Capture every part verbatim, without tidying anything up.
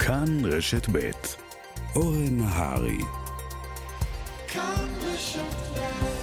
כאן רשת ב' אורן נהרי. כאן רשת ב'.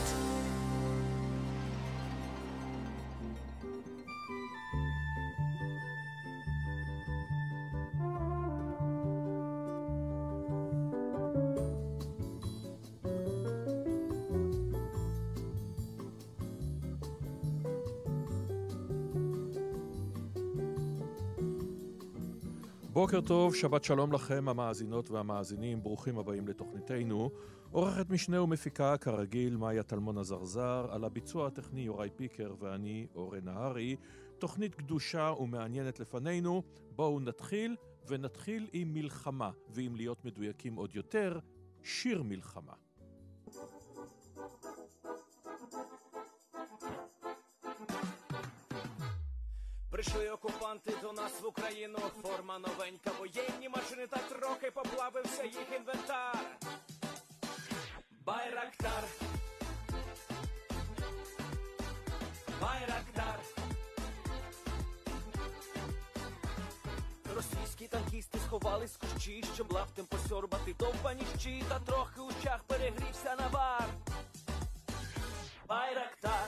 בוקר טוב, שבת שלום לכם המאזינות והמאזינים, ברוכים הבאים לתוכניתנו. עורכת משנה ומפיקה כרגיל מאיה טלמון הזרזר, על הביצוע הטכני יוראי פיקר ואני אורן נהרי. תוכנית קדושה ומעניינת לפנינו, בואו נתחיל ונתחיל עם מלחמה, ואם להיות מדויקים עוד יותר, שיר מלחמה. Прийшли окупанти до нас в Україну, форма новенька, воєнні машини, та трохи поплавився їх інвентар. Байрактар, Байрактар. Російські танкісти сховались в кущі, щоб лаптем посьорбати довбані щі, та трохи у щах перегрівся навар. Байрактар.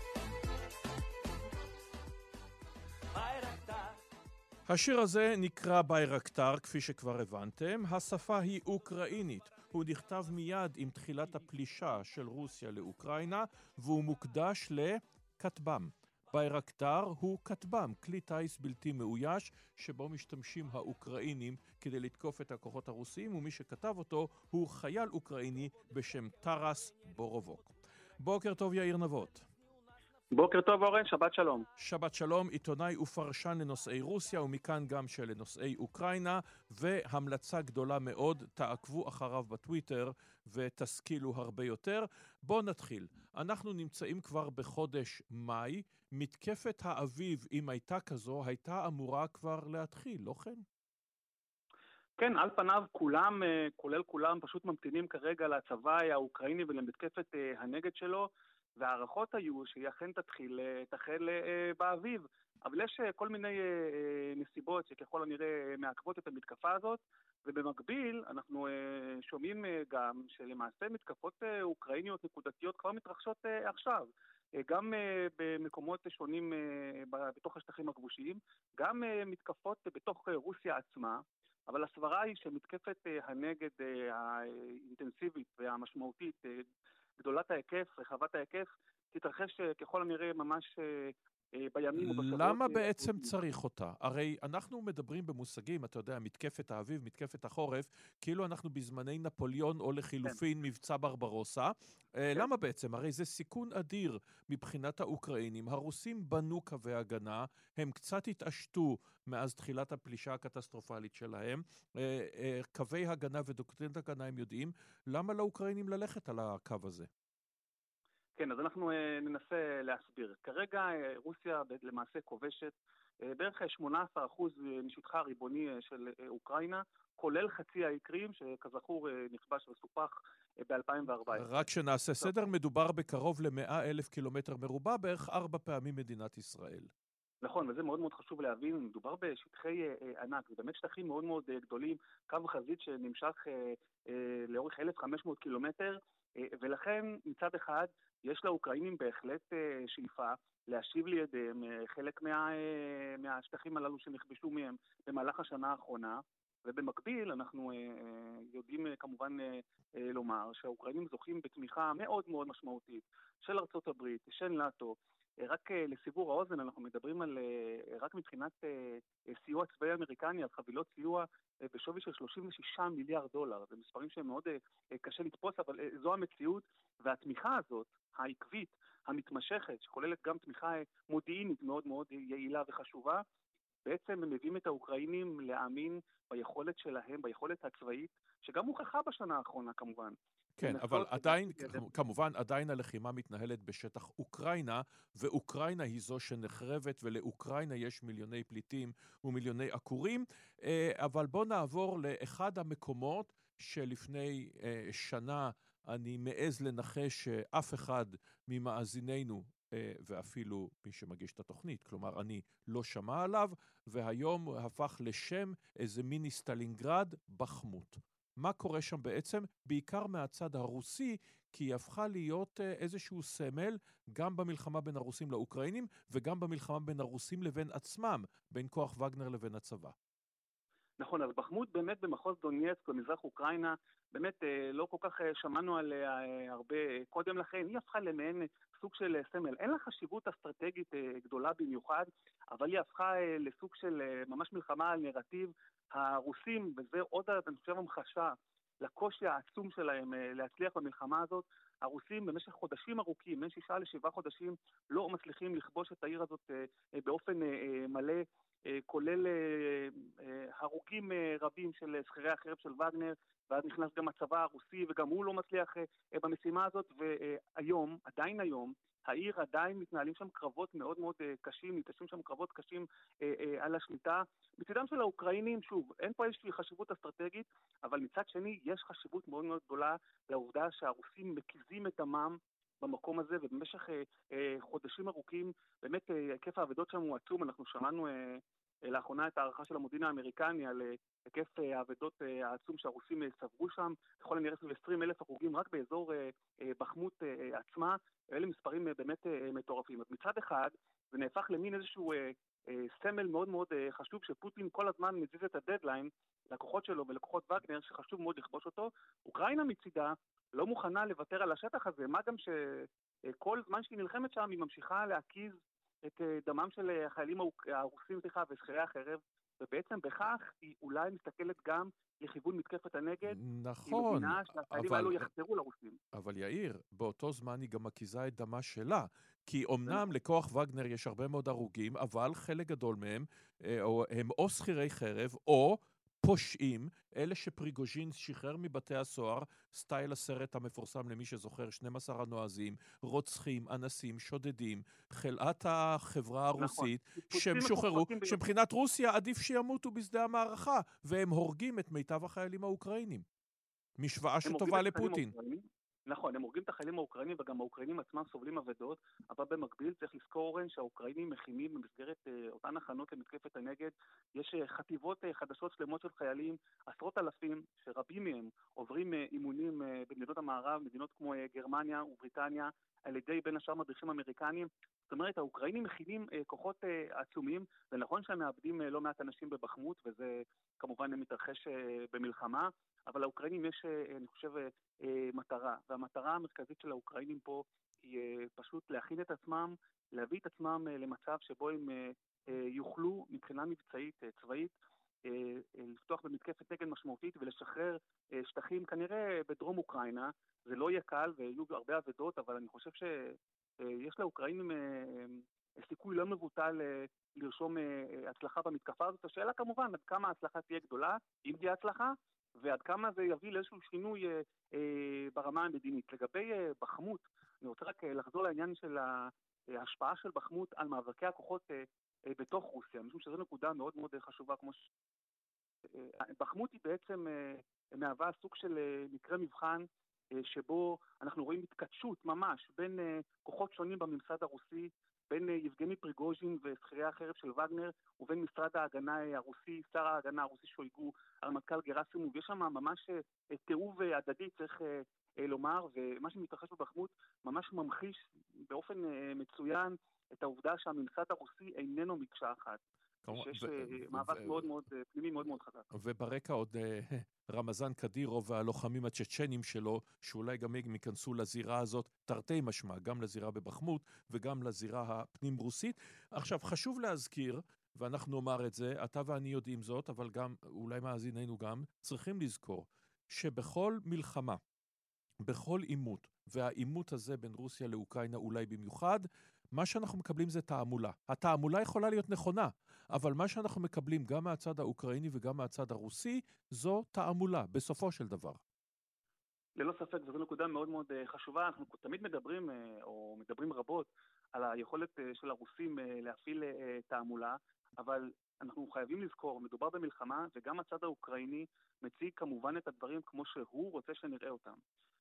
השיר הזה נקרא ביירקטר, כפי שכבר הבנתם. השפה היא אוקראינית. הוא נכתב מיד עם תחילת הפלישה של רוסיה לאוקראינה, והוא מוקדש לכטב"ם. ביירקטר הוא כטב"ם, כלי טיס בלתי מאויש, שבו משתמשים האוקראינים כדי לתקוף את הכוחות הרוסיים, ומי שכתב אותו הוא חייל אוקראיני בשם טרס בורובוק. בוקר טוב יאיר נבות. בוקר טוב אורן, שבת שלום. שבת שלום, עיתונאי ופרשן לנושאי רוסיה ומכאן גם שלנושאי אוקראינה, והמלצה גדולה מאוד, תעקבו אחריו בטוויטר ותשכילו הרבה יותר. בואו נתחיל. אנחנו נמצאים כבר בחודש מאי, מתקפת האביב, אם הייתה כזו, הייתה אמורה כבר להתחיל, לא כן? כן, על פניו כולם, כולל כולם, פשוט ממתינים כרגע לצבא האוקראיני ולמתקפת הנגד שלו, והערכות היו שהיא אכן תתחיל, תחל באביב. אבל יש כל מיני נסיבות שככל הנראה מעכבות את המתקפה הזאת, ובמקביל אנחנו שומעים גם שלמעשה מתקפות אוקראיניות נקודתיות כבר מתרחשות עכשיו. גם במקומות שונים בתוך השטחים הכבושים, גם מתקפות בתוך רוסיה עצמה, אבל הסברה היא שמתקפת הנגד האינטנסיבית והמשמעותית, גדולת ההיקף, רחבת ההיקף, תתרחש ככל הנראה ממש בימים ובשבועות. למה בעצם צריך אותה? הרי אנחנו מדברים במושגים, אתה יודע, מתקפת האביב, מתקפת החורף, כאילו אנחנו בזמני נפוליאון או לחילופין מבצע ברברוסה. למה בעצם? הרי זה סיכון אדיר מבחינת האוקראינים. הרוסים בנו קווי הגנה, הם קצת התעשתו מאז תחילת הפלישה הקטסטרופלית שלהם. קווי הגנה ודוקטרינת הגנה הם יודעים. למה לאוקראינים ללכת על הקו הזה? כן, אז אנחנו ננסה להסביר. כרגע רוסיה למעשה כובשת בערך שמונה עשר אחוז משטחה הריבוני של אוקראינה, כולל חצי האי קרים, שכזכור נכבש וסופח ב-אלפיים וארבע עשרה. רק שנעשה סדר, מדובר בקרוב ל-מאה אלף קילומטר מרובע, בערך ארבע פעמים מדינת ישראל. נכון, וזה מאוד מאוד חשוב להבין, מדובר בשטחי ענק, זה באמת שטחים מאוד מאוד גדולים, קו חזית שנמשך לאורך אלף וחמש מאות קילומטר, ולכן מצד אחד יש לאוקראינים בהחלט שאיפה להשיב לידיהם חלק מה, מהשטחים הללו שנכבשו מהם במהלך השנה האחרונה, ובמקביל אנחנו יודעים כמובן לומר שהאוקראינים זוכים בתמיכה מאוד מאוד משמעותית של ארצות הברית, של נאט"ו. רק לסיבור האוזן אנחנו מדברים על, רק מבחינת סיוע צבאי אמריקני, על חבילות סיוע בשווי של שלושים ושישה מיליארד דולר. זה מספרים שהם מאוד קשה לתפוס, אבל זו המציאות, והתמיכה הזאת, העקבית, המתמשכת, שכוללת גם תמיכה מודיעינית מאוד מאוד יעילה וחשובה, בעצם הם מביאים את האוקראינים להאמין ביכולת שלהם, ביכולת הצבאית, שגם הוכחה בשנה האחרונה כמובן. כן, אבל עדיין, כמובן, עדיין הלחימה מתנהלת בשטח אוקראינה, ואוקראינה היא זו שנחרבת, ולאוקראינה יש מיליוני פליטים ומיליוני עקורים, אבל בוא נעבור לאחד המקומות שלפני שנה אני מעז לנחש שאף אחד ממאזינינו ואפילו מי שמגיש את התוכנית. כלומר, אני לא שמע עליו, והיום הפך לשם איזה מיני סטלינגרד בחמות. מה קורה שם בעצם? בעיקר מהצד הרוסי, כי היא הפכה להיות איזשהו סמל גם במלחמה בין הרוסים לאוקראינים, וגם במלחמה בין הרוסים לבין עצמם, בין כוח וגנר לבין הצבא. נכון, אז בחמות באמת במחוז דונייצק במזרח אוקראינה, באמת לא כל כך שמענו עליה הרבה קודם לכן, היא הפכה למעין סוג של סמל. אין לה חשיבות אסטרטגית גדולה במיוחד, אבל היא הפכה לסוג של ממש מלחמה על נרטיב. הרוסים, וזה עוד אני חושב המחשה לקושי העצום שלהם להצליח במלחמה הזאת, הרוסים במשך חודשים ארוכים, בין שישה לשבעה חודשים, לא מצליחים לכבוש את העיר הזאת באופן מלא, כולל הרוגים רבים של שכירי החרב של וגנר, ואז נכנס גם הצבא הרוסי, וגם הוא לא מצליח במשימה הזאת, והיום, עדיין היום, העיר עדיין מתנהלים שם קרבות מאוד מאוד קשים, מתעשים שם קרבות קשים על השליטה. מצדם של האוקראינים, שוב, אין פה איזושהי חשיבות אסטרטגית, אבל מצד שני יש חשיבות מאוד מאוד גדולה לעובדה שהרוסים מקיזים את דמם במקום הזה, ובמשך חודשים ארוכים, באמת היקף האבדות שם הוא עצום. אנחנו שמענו לאחרונה את הערכה של המודיעין האמריקני על היקף האבדות העצום שהרוסים סברו שם, יכול הנראה סביב עשרים אלף הרוגים רק באזור בחמות עצמה. אלה מספרים באמת מטורפים. אז מצד אחד זה נהפך למין איזשהו סמל מאוד מאוד חשוב, שפוטין כל הזמן מזיז את הדדליין לכוחות שלו ולכוחות וגנר, שחשוב מאוד לכבוש אותו. אוקראינה מצידה לא מוכנה לוותר על השטח הזה, מה גם שכל זמן שהיא נלחמת שם היא ממשיכה להקיז את דמם של החיילים הרוסים ושכירי החרב, ובעצם בכך היא אולי מסתכלת גם לכיוון מתקפת הנגד. נכון. היא מבינה שהחיילים האלו יחזרו לרוסים. אבל יאיר, באותו זמן היא גם מקיזה את דמה שלה, כי אומנם לכוח וגנר יש הרבה מאוד הרוגים, אבל חלק גדול מהם הם או שכירי חרב או פושעים, אלה שפריגוז'ין שחרר מבתי הסוהר, סטייל הסרט המפורסם למי שזוכר, שנים עשר הנועזים, רוצחים, אנסים, שודדים, חלאת החברה הרוסית, נכון. שהם שוחררו, שמבחינת רוסיה עדיף שימותו בשדה המערכה, והם הורגים את מיטב החיילים האוקראינים. משוואה שטובה לפוטין. נכון, הם הורגים את החיילים האוקראינים, וגם האוקראינים עצמם סובלים אבדות, אבל במקביל צריך לזכור אורן שהאוקראינים מכינים במסגרת אה, אותן הכנות למתקפת הנגד. יש אה, חטיבות אה, חדשות שלמות של חיילים, עשרות אלפים, שרבים מהם עוברים אה, אימונים אה, במדינות המערב, מדינות כמו אה, גרמניה ובריטניה, על ידי בין השאר מדריכים אמריקנים. זאת אומרת, האוקראינים מכינים אה, כוחות אה, עצומים, זה נכון שהם מאבדים אה, לא מעט אנשים בבחמות, וזה כמובן מתרחש אה, במלחמה, אבל האוקראינים יש, אה, אני חושב, אה, מטרה, והמטרה המרכזית של האוקראינים פה היא אה, פשוט להכין את עצמם, להביא את עצמם אה, למצב שבו הם אה, אה, יוכלו מבחינה מבצעית, אה, צבאית, אה, אה, לפתוח במתקפת נגד משמעותית ולשחרר אה, שטחים כנראה בדרום אוקראינה. זה לא יהיה קל ויהיו הרבה אבדות, אבל אני חושב שיש לאוקראינים סיכוי לא מבוטל לרשום הצלחה במתקפה הזאת. השאלה כמובן עד כמה ההצלחה תהיה גדולה, אם תהיה הצלחה, ועד כמה זה יביא לאיזשהו שינוי ברמה המדינית. לגבי בחמות, אני רוצה רק לחזור לעניין של ההשפעה של בחמות על מאבקי הכוחות בתוך רוסיה, משום שזו נקודה מאוד מאוד חשובה. כמו ש... בחמות היא בעצם מהווה סוג של מקרה מבחן, שבו אנחנו רואים התקדשות ממש בין כוחות שונים בממסד הרוסי, בין יבגני פריגוז'ין ושכירי החרב של וגנר, ובין משרד ההגנה הרוסי, שר ההגנה הרוסי שויגו, הרמטכ"ל גרסימוב. יש שם ממש תיעוב הדדי, צריך לומר, ומה שמתרחש בבחמות ממש ממחיש באופן מצוין את העובדה שהממסד הרוסי איננו מקשה אחת. שיש מאבק מאוד מאוד פנימי מאוד מאוד חזק. וברקע עוד רמזן קדירוב והלוחמים הצ'צ'נים שלו, שאולי גם הם ייכנסו לזירה הזאת, תרתי משמע, גם לזירה בבחמות וגם לזירה הפנים רוסית. עכשיו, חשוב להזכיר, ואנחנו אומר את זה, אתה ואני יודעים זאת, אבל גם, אולי מאזיננו גם, צריכים לזכור, שבכל מלחמה, בכל עימות, והעימות הזה בין רוסיה לאוקראינה אולי במיוחד, מה שאנחנו מקבלים זה תעמולה. התעמולה יכולה להיות נכונה, אבל מה שאנחנו מקבלים גם מהצד האוקראיני וגם מהצד הרוסי, זו תעמולה, בסופו של דבר. ללא ספק, זו נקודה מאוד מאוד חשובה. אנחנו תמיד מדברים, או מדברים רבות, על היכולת של הרוסים להפעיל תעמולה, אבל אנחנו חייבים לזכור, מדובר במלחמה, וגם הצד האוקראיני מציג כמובן את הדברים כמו שהוא רוצה שנראה אותם.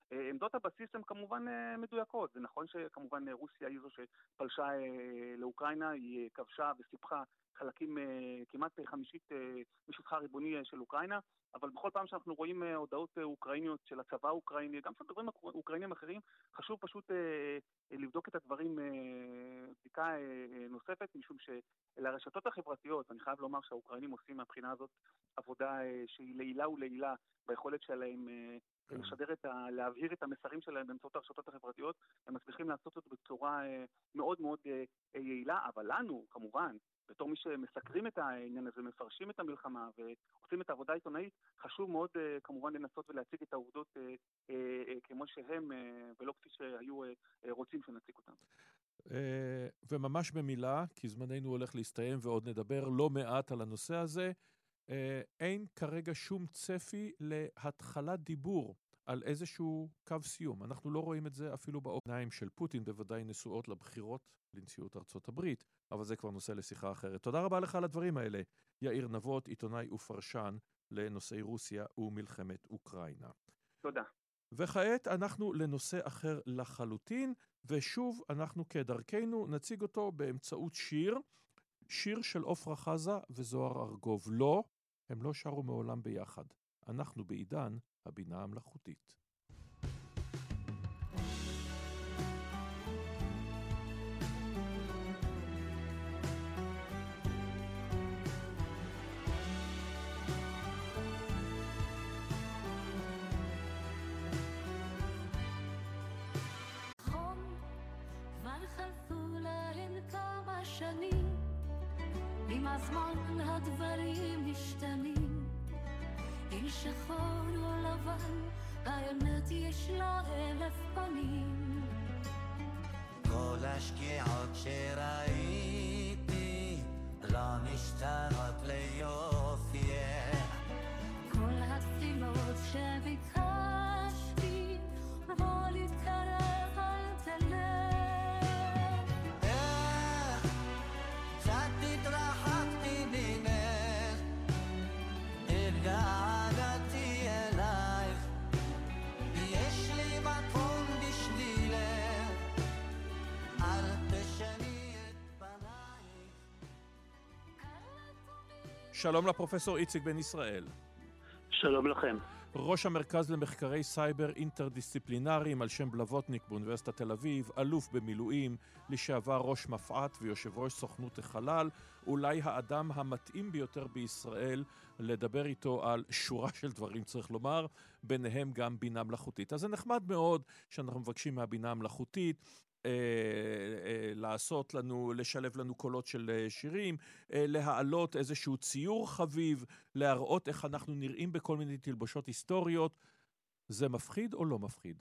עמדות הבסיס הן כמובן מדויקות. זה נכון שכמובן רוסיה היא זו שפלשה לאוקראינה, היא כבשה וסיפחה חלקים כמעט חמישית משטחה הריבוני של אוקראינה, אבל בכל פעם שאנחנו רואים הודעות אוקראיניות של הצבא האוקראיני, גם של דברים אוקראינים אחרים, חשוב פשוט לבדוק את הדברים בדיקה נוספת, משום שלרשתות החברתיות, אני חייב לומר שהאוקראינים עושים מהבחינה הזאת עבודה שהיא לעילה ולעילה ביכולת שלהם לשדר את ה... להבהיר את המסרים שלהם באמצעות הרשתות החברתיות, הם מצליחים לעשות זאת בצורה מאוד מאוד יעילה, אבל לנו, כמובן, בתור מי שמסקרים את העניין הזה, מפרשים את המלחמה ועושים את העבודה העיתונאית, חשוב מאוד כמובן לנסות ולהציג את העובדות כמו שהם, ולא כפי שהיו רוצים שנציג אותם. וממש במילה, כי זמננו הולך להסתיים ועוד נדבר לא מעט על הנושא הזה, אין כרגע שום צפי להתחלת דיבור על איזשהו קו סיום. אנחנו לא רואים את זה אפילו בעיניים של פוטין, בוודאי נשואות לבחירות לנשיאות ארצות הברית, אבל זה כבר נושא לשיחה אחרת. תודה רבה לך על הדברים האלה, יאיר נבות, עיתונאי ופרשן לנושאי רוסיה ומלחמת אוקראינה. תודה. וכעת אנחנו לנושא אחר לחלוטין, ושוב אנחנו כדרכנו נציג אותו באמצעות שיר, שיר של עופרה חזה וזוהר ארגוב. לא, הם לא שרו מעולם ביחד. אנחנו בעידן הבינה המלאכותית. עם הזמן הדברים משתנים, אין שחור או לבן, האמת יש לה אלף פנים. כל השקיעות שראיתי לא משתנות ליופי, כל התפילות שביקשתי בוא להתקרב אל תלך. שלום לפרופסור איציק בן ישראל. שלום לכם. ראש המרכז למחקרי סייבר אינטרדיסציפלינריים על שם בלווטניק באוניברסיטת תל אביב, אלוף במילואים, לשעבר ראש מפעט ויושב ראש סוכנות החלל, אולי האדם המתאים ביותר בישראל לדבר איתו על שורה של דברים, צריך לומר, ביניהם גם בינה מלאכותית. אז זה נחמד מאוד שאנחנו מבקשים מהבינה המלאכותית אה, אה, לעשות לנו, לשלב לנו קולות של אה, שירים, אה, להעלות איזשהו ציור חביב, להראות איך אנחנו נראים בכל מיני תלבושות היסטוריות. זה מפחיד או לא מפחיד?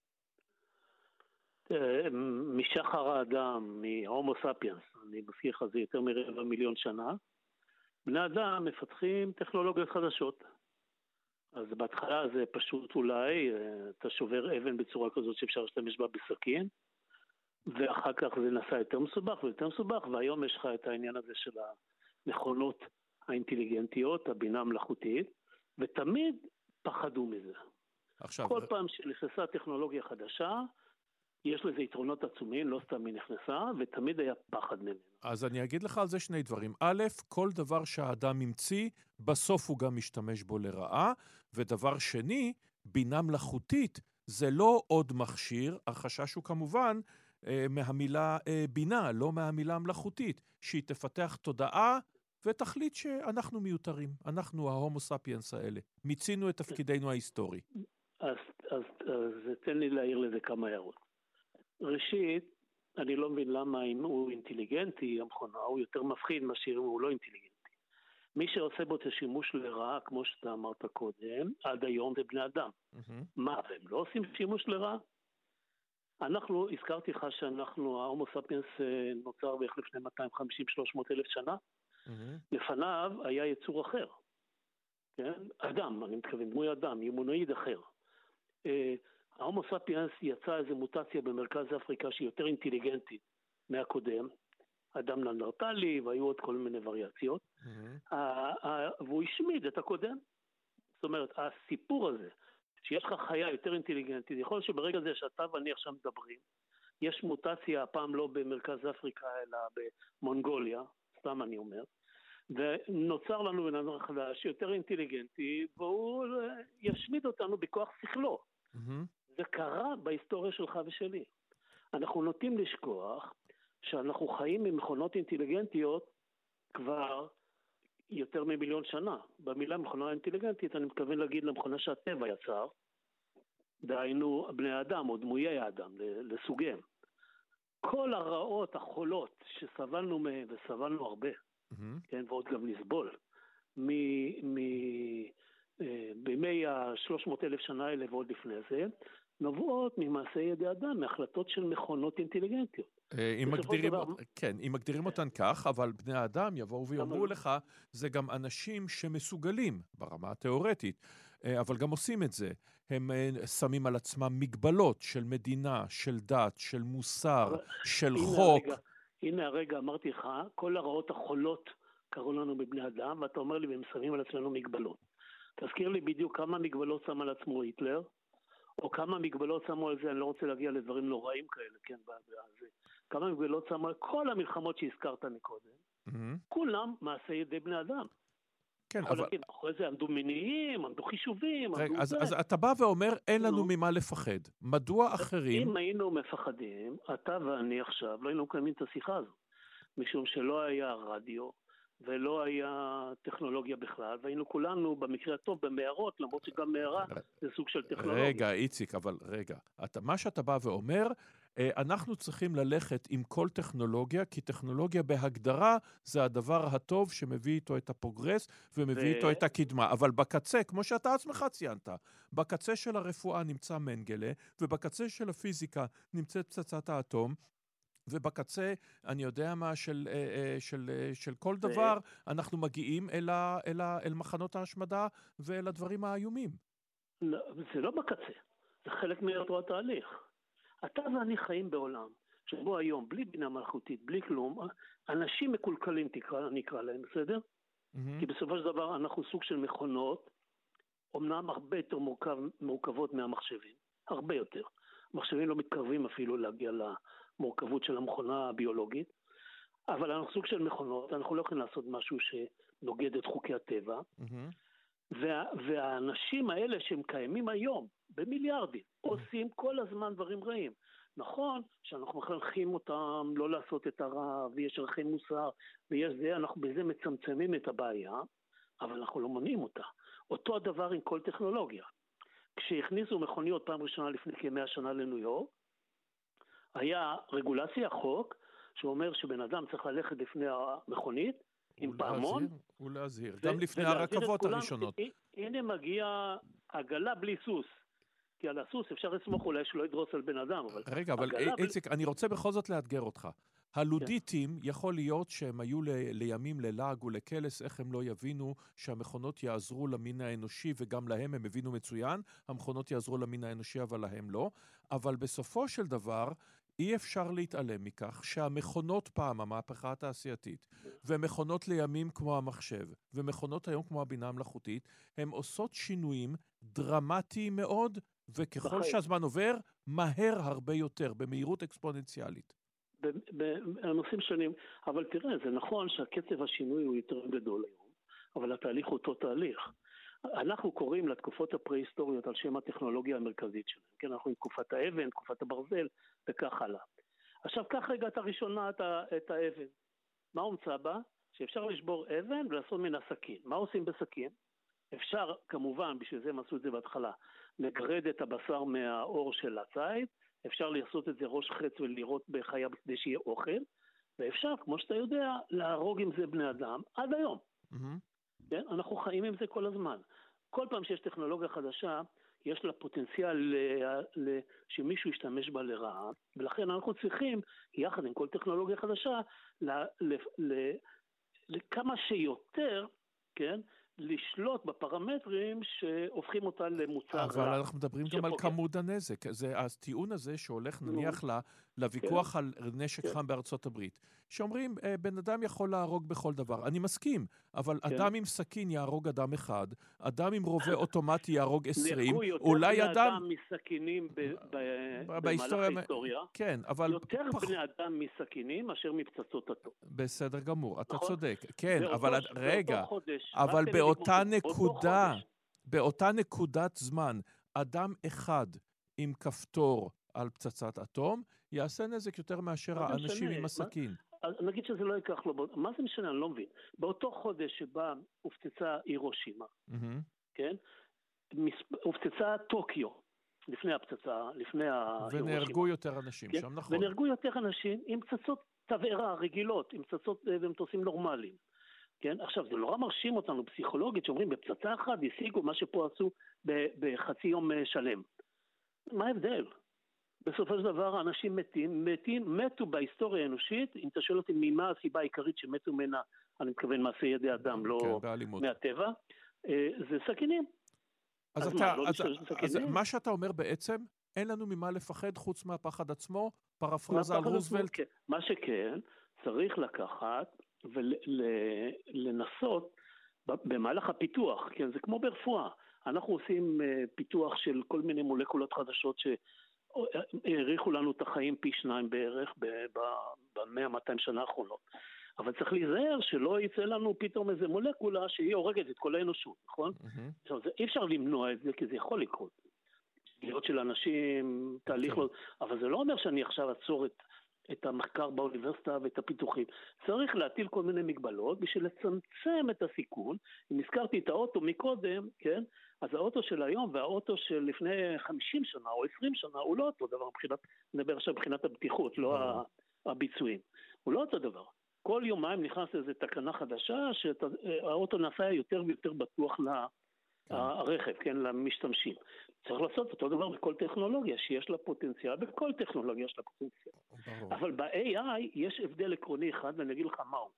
משחר האדם, מהומו ספיאנס, אני מזכיר לך, זה יותר מרבע מיליון שנה, בני אדם מפתחים טכנולוגיות חדשות. אז בהתחלה זה פשוט אולי, אתה שובר אבן בצורה כזאת שאפשר להשתמש בה בסכין, ואחר כך זה נעשה יותר מסובך ויותר מסובך, והיום יש לך את העניין הזה של המכונות האינטליגנטיות, הבינה המלאכותית, ותמיד פחדו מזה. עכשיו... כל פעם שנכנסה טכנולוגיה חדשה, יש לזה יתרונות עצומים, לא סתם היא נכנסה, ותמיד היה פחד ממנו. אז אני אגיד לך על זה שני דברים. א', כל דבר שהאדם ימציא, בסוף הוא גם משתמש בו לרעה, ודבר שני, בינה מלאכותית, זה לא עוד מכשיר, החשש הוא כמובן אה, מהמילה אה, בינה, לא מהמילה מלאכותית, שהיא תפתח תודעה ותחליט שאנחנו מיותרים, אנחנו ההומו ספיאנס האלה, מיצינו את תפקידנו ההיסטורי. אז, אז, אז תן לי להעיר לזה כמה הערות. ראשית, אני לא מבין למה אם הוא אינטליגנטי, המכונה, הוא יותר מפחיד מאשר אם הוא לא אינטליגנטי. מי שעושה בו את השימוש לרעה, כמו שאתה אמרת קודם, עד היום זה בני אדם. Mm-hmm. מה, הם לא עושים שימוש לרעה? אנחנו, הזכרתי לך שאנחנו, ההומו ספיאנס נוצר בערך לפני מאתיים וחמישים עד שלוש מאות אלף שנה. Mm-hmm. לפניו היה יצור אחר. כן? אדם, אני מתכוון, דמוי אדם, יומונואיד אחר. ההומו ספיאנס יצא איזו מוטציה במרכז אפריקה שהיא יותר אינטליגנטית מהקודם, אדם ננדרטלי, והיו עוד כל מיני וריאציות, mm-hmm. והוא השמיד את הקודם. זאת אומרת, הסיפור הזה שיש לך חיה יותר אינטליגנטית, יכול להיות שברגע זה שאתה ואני עכשיו מדברים, יש מוטציה, הפעם לא במרכז אפריקה, אלא במונגוליה, סתם אני אומר, ונוצר לנו בן אדם חדש יותר אינטליגנטי, והוא ישמיד אותנו בכוח שכלו. Mm-hmm. זה קרה בהיסטוריה שלך ושלי. אנחנו נוטים לשכוח שאנחנו חיים ממכונות אינטליגנטיות כבר יותר ממיליון שנה. במילה מכונה אינטליגנטית אני מתכוון להגיד למכונה שהטבע יצר, דהיינו בני האדם או דמויי האדם לסוגיהם. כל הרעות, החולות שסבלנו מהם, וסבלנו הרבה, mm-hmm. כן, ועוד גם נסבול, מ, מ, אה, בימי ה-שלוש מאות אלף שנה האלה ועוד לפני זה, נובעות ממעשה ידי אדם, מהחלטות של מכונות אינטליגנטיות. אם מגדירים, כן, אם מגדירים אותן כך, אבל בני האדם יבואו ויאמרו לך, זה גם אנשים שמסוגלים ברמה התיאורטית, אבל גם עושים את זה. הם שמים על עצמם מגבלות של מדינה, של דת, של מוסר, של חוק. הנה הרגע אמרתי לך, כל הרעות החולות קראו לנו בבני אדם, ואתה אומר לי, והם שמים על עצמנו מגבלות. תזכיר לי בדיוק כמה מגבלות שם על עצמו היטלר, או כמה מגבלות שמו על זה, אני לא רוצה להגיע לדברים נוראים כאלה, כן, בזה. כמה מגבלות שמו על כל המלחמות שהזכרת מקודם, mm-hmm. כולם מעשה ידי בני אדם. כן, אבל... להגיד, אחרי זה עמדו מיניים, עמדו חישובים, רגע, עמדו אז, זה. אז אתה בא ואומר, אין לנו ממה לפחד. מדוע אחרים... אם היינו מפחדים, אתה ואני עכשיו, לא היינו קיימים את השיחה הזו. משום שלא היה רדיו, ולא היה טכנולוגיה בכלל, והיינו כולנו במקרה הטוב במערות, למרות שגם מערה זה סוג של טכנולוגיה. רגע, איציק, אבל רגע. אתה, מה שאתה בא ואומר, אנחנו צריכים ללכת עם כל טכנולוגיה, כי טכנולוגיה בהגדרה זה הדבר הטוב שמביא איתו את הפרוגרס ומביא ו... איתו את הקדמה. אבל בקצה, כמו שאתה עצמך ציינת, בקצה של הרפואה נמצא מנגלה, ובקצה של הפיזיקה נמצאת פצצת האטום, ובקצה, אני יודע מה, של, של, של כל דבר, אנחנו מגיעים אל, ה, אל, ה, אל מחנות ההשמדה ואל הדברים האיומים. לא, זה לא בקצה, זה חלק מאותו התהליך. אתה ואני חיים בעולם, שבו היום, בלי בינה מלאכותית, בלי כלום, אנשים מקולקלים תקרא, נקרא להם, בסדר? Mm-hmm. כי בסופו של דבר אנחנו סוג של מכונות, אמנם הרבה יותר מורכב, מורכבות מהמחשבים, הרבה יותר. מחשבים לא מתקרבים אפילו להגיע למורכבות של המכונה הביולוגית, אבל אנחנו סוג של מכונות, אנחנו לא יכולים לעשות משהו שנוגד את חוקי הטבע, mm-hmm. וה, והאנשים האלה שהם קיימים היום, במיליארדים, mm-hmm. עושים כל הזמן דברים רעים. נכון שאנחנו מחנכים אותם לא לעשות את הרע, ויש ערכי מוסר, ויש זה, אנחנו בזה מצמצמים את הבעיה, אבל אנחנו לא מונעים אותה. אותו הדבר עם כל טכנולוגיה. כשהכניסו מכוניות פעם ראשונה לפני כמאה שנה לניו יורק, היה רגולציה, חוק, שאומר שבן אדם צריך ללכת לפני המכונית, עם פעמון. ולהזהיר, גם לפני הרכבות הראשונות. הנה מגיע עגלה בלי סוס. כי על הסוס אפשר לסמוך אולי שלא ידרוס על בן אדם. רגע, אבל איציק, אני רוצה בכל זאת לאתגר אותך. הלודיטים יכול להיות שהם היו לימים ללעג ולקלס, איך הם לא יבינו שהמכונות יעזרו למין האנושי, וגם להם הם הבינו מצוין, המכונות יעזרו למין האנושי, אבל להם לא. אבל בסופו של דבר, אי אפשר להתעלם מכך שהמכונות פעם, המהפכה התעשייתית, ומכונות לימים כמו המחשב, ומכונות היום כמו הבינה המלאכותית, הן עושות שינויים דרמטיים מאוד, וככל שהזמן עובר, מהר הרבה יותר, במהירות אקספוננציאלית. בנושאים שונים, אבל תראה, זה נכון שהקצב השינוי הוא יותר גדול היום, אבל התהליך הוא אותו תהליך. אנחנו קוראים לתקופות הפרה-היסטוריות על שם הטכנולוגיה המרכזית שלהם, כן, אנחנו עם תקופת האבן, תקופת הברזל, וכך הלאה. עכשיו, כך רגע את הראשונה את האבן. מה הומצא בה? שאפשר לשבור אבן ולעשות מן הסכין. מה עושים בסכין? אפשר, כמובן, בשביל זה הם עשו את זה בהתחלה, לגרד את הבשר מהאור של הציד, אפשר לעשות את זה ראש חץ ולראות בחיה כדי שיהיה אוכל, ואפשר, כמו שאתה יודע, להרוג עם זה בני אדם עד היום. Mm-hmm. כן? אנחנו חיים עם זה כל הזמן. כל פעם שיש טכנולוגיה חדשה, יש לה פוטנציאל ל- ל- שמישהו ישתמש בה לרעה, ולכן אנחנו צריכים, יחד עם כל טכנולוגיה חדשה, ל- ל- ל- לכמה שיותר, כן? לשלוט בפרמטרים שהופכים אותה למוצר. אבל אנחנו מדברים גם על כמות הנזק. זה הטיעון הזה שהולך נניח לוויכוח על נשק חם בארצות הברית. שאומרים, בן אדם יכול להרוג בכל דבר. אני מסכים, אבל אדם עם סכין יהרוג אדם אחד, אדם עם רובה אוטומטי יהרוג עשרים, אולי אדם... יותר בני אדם מסכינים במהלך ההיסטוריה. כן, אבל... יותר בני אדם מסכינים אשר מפצצות אטום. בסדר גמור, אתה צודק. כן, אבל רגע, אבל באותה נקודה, באותה נקודת זמן, אדם אחד עם כפתור על פצצת אטום, יעשה נזק יותר מאשר האנשים עם הסכין. אז נגיד שזה לא ייקח לו, מה זה משנה? אני לא מבין. באותו חודש שבה הופצצה הירושימה, כן? הופצצה טוקיו, לפני הפצצה, לפני הירושימה. ונהרגו יותר אנשים שם, נכון. ונהרגו יותר אנשים עם פצצות תבערה רגילות, עם פצצות ומטוסים נורמליים. כן? עכשיו, זה נורא מרשים אותנו פסיכולוגית, שאומרים, בפצצה אחת השיגו מה שפה עשו בחצי יום שלם. מה ההבדל? בסופו של דבר, אנשים מתים, מתים, מתו בהיסטוריה האנושית, אם אתה שואל אותי ממה הסיבה העיקרית שמתו ממנה, אני מתכוון מעשה ידי אדם, לא מהטבע, זה סכינים. אז, אז, אתה, מה, אז, אז מה שאתה אומר בעצם, אין לנו ממה לפחד חוץ מהפחד עצמו, פרפרזה על רוזוולט? כן. מה שכן, צריך לקחת ולנסות במהלך הפיתוח, כן, זה כמו ברפואה. אנחנו עושים פיתוח של כל מיני מולקולות חדשות שהעריכו לנו את החיים פי שניים בערך ב-מאה מאתיים שנה האחרונות. אבל צריך להיזהר שלא יצא לנו פתאום איזה מולקולה שהיא הורגת את כל האנושות, נכון? עכשיו, אי אפשר למנוע את זה, כי זה יכול לקרות. להיות של אנשים, תהליך, אבל זה לא אומר שאני עכשיו אצור את את המחקר באוניברסיטה ואת הפיתוחים. צריך להטיל כל מיני מגבלות בשביל לצמצם את הסיכון. אם הזכרתי את האוטו מקודם, כן? אז האוטו של היום והאוטו של לפני חמישים שנה או עשרים שנה הוא לא אותו דבר מבחינת, נדבר עכשיו מבחינת הבטיחות, לא הביצועים. הוא לא אותו דבר. כל יומיים נכנס איזו תקנה חדשה שהאוטו נעשה יותר ויותר בטוח לה... הרכב, כן, למשתמשים. צריך לעשות אותו דבר בכל טכנולוגיה שיש לה פוטנציאל, בכל טכנולוגיה יש לה פוטנציאל. ברור. אבל ב-איי איי יש הבדל עקרוני אחד, ואני אגיד לך מהו.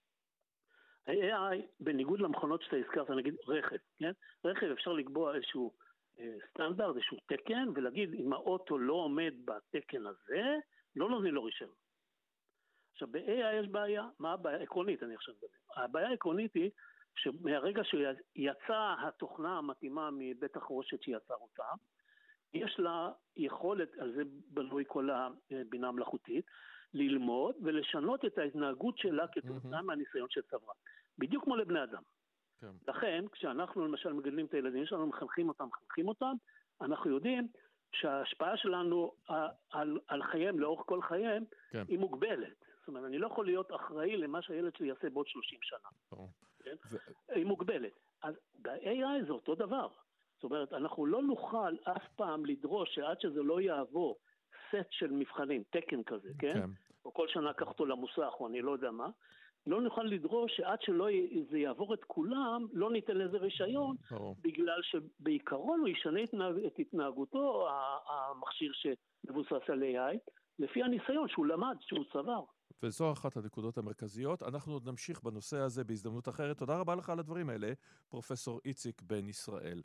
ה-איי איי, בניגוד למכונות שאתה הזכרת, נגיד רכב, כן? רכב אפשר לקבוע איזשהו אה, סטנדרט, איזשהו תקן, ולהגיד אם האוטו לא עומד בתקן הזה, לא נותנים לו רישיון. עכשיו, ב-איי איי יש בעיה, מה הבעיה? עקרונית, אני עכשיו מדבר. הבעיה העקרונית היא, שמהרגע שיצאה התוכנה המתאימה מבית החרושת שיצר אותה, יש לה יכולת, על זה בנוי כל הבינה המלאכותית, ללמוד ולשנות את ההתנהגות שלה כתוצאה מהניסיון שצברה. בדיוק כמו לבני אדם. כן. לכן, כשאנחנו למשל מגדלים את הילדים שלנו, מחנכים אותם, מחנכים אותם, אנחנו יודעים שההשפעה שלנו על, על חייהם, לאורך כל חייהם, כן. היא מוגבלת. זאת אומרת, אני לא יכול להיות אחראי למה שהילד שלי יעשה בעוד שלושים שנה. כן? ו... היא מוגבלת. אז ב-איי איי זה אותו דבר. זאת אומרת, אנחנו לא נוכל אף פעם לדרוש שעד שזה לא יעבור סט של מבחנים, תקן כזה, כן? כן. או כל שנה קח אותו למוסך, או אני לא יודע מה, לא נוכל לדרוש שעד שלא י... זה יעבור את כולם, לא ניתן לזה רישיון, ברור. בגלל שבעיקרון הוא ישנה את התנהגותו, המכשיר שמבוסס על איי איי, לפי הניסיון שהוא למד, שהוא צבר. וזו אחת הנקודות המרכזיות. אנחנו עוד נמשיך בנושא הזה בהזדמנות אחרת. תודה רבה לך על הדברים האלה, פרופסור איציק בן ישראל.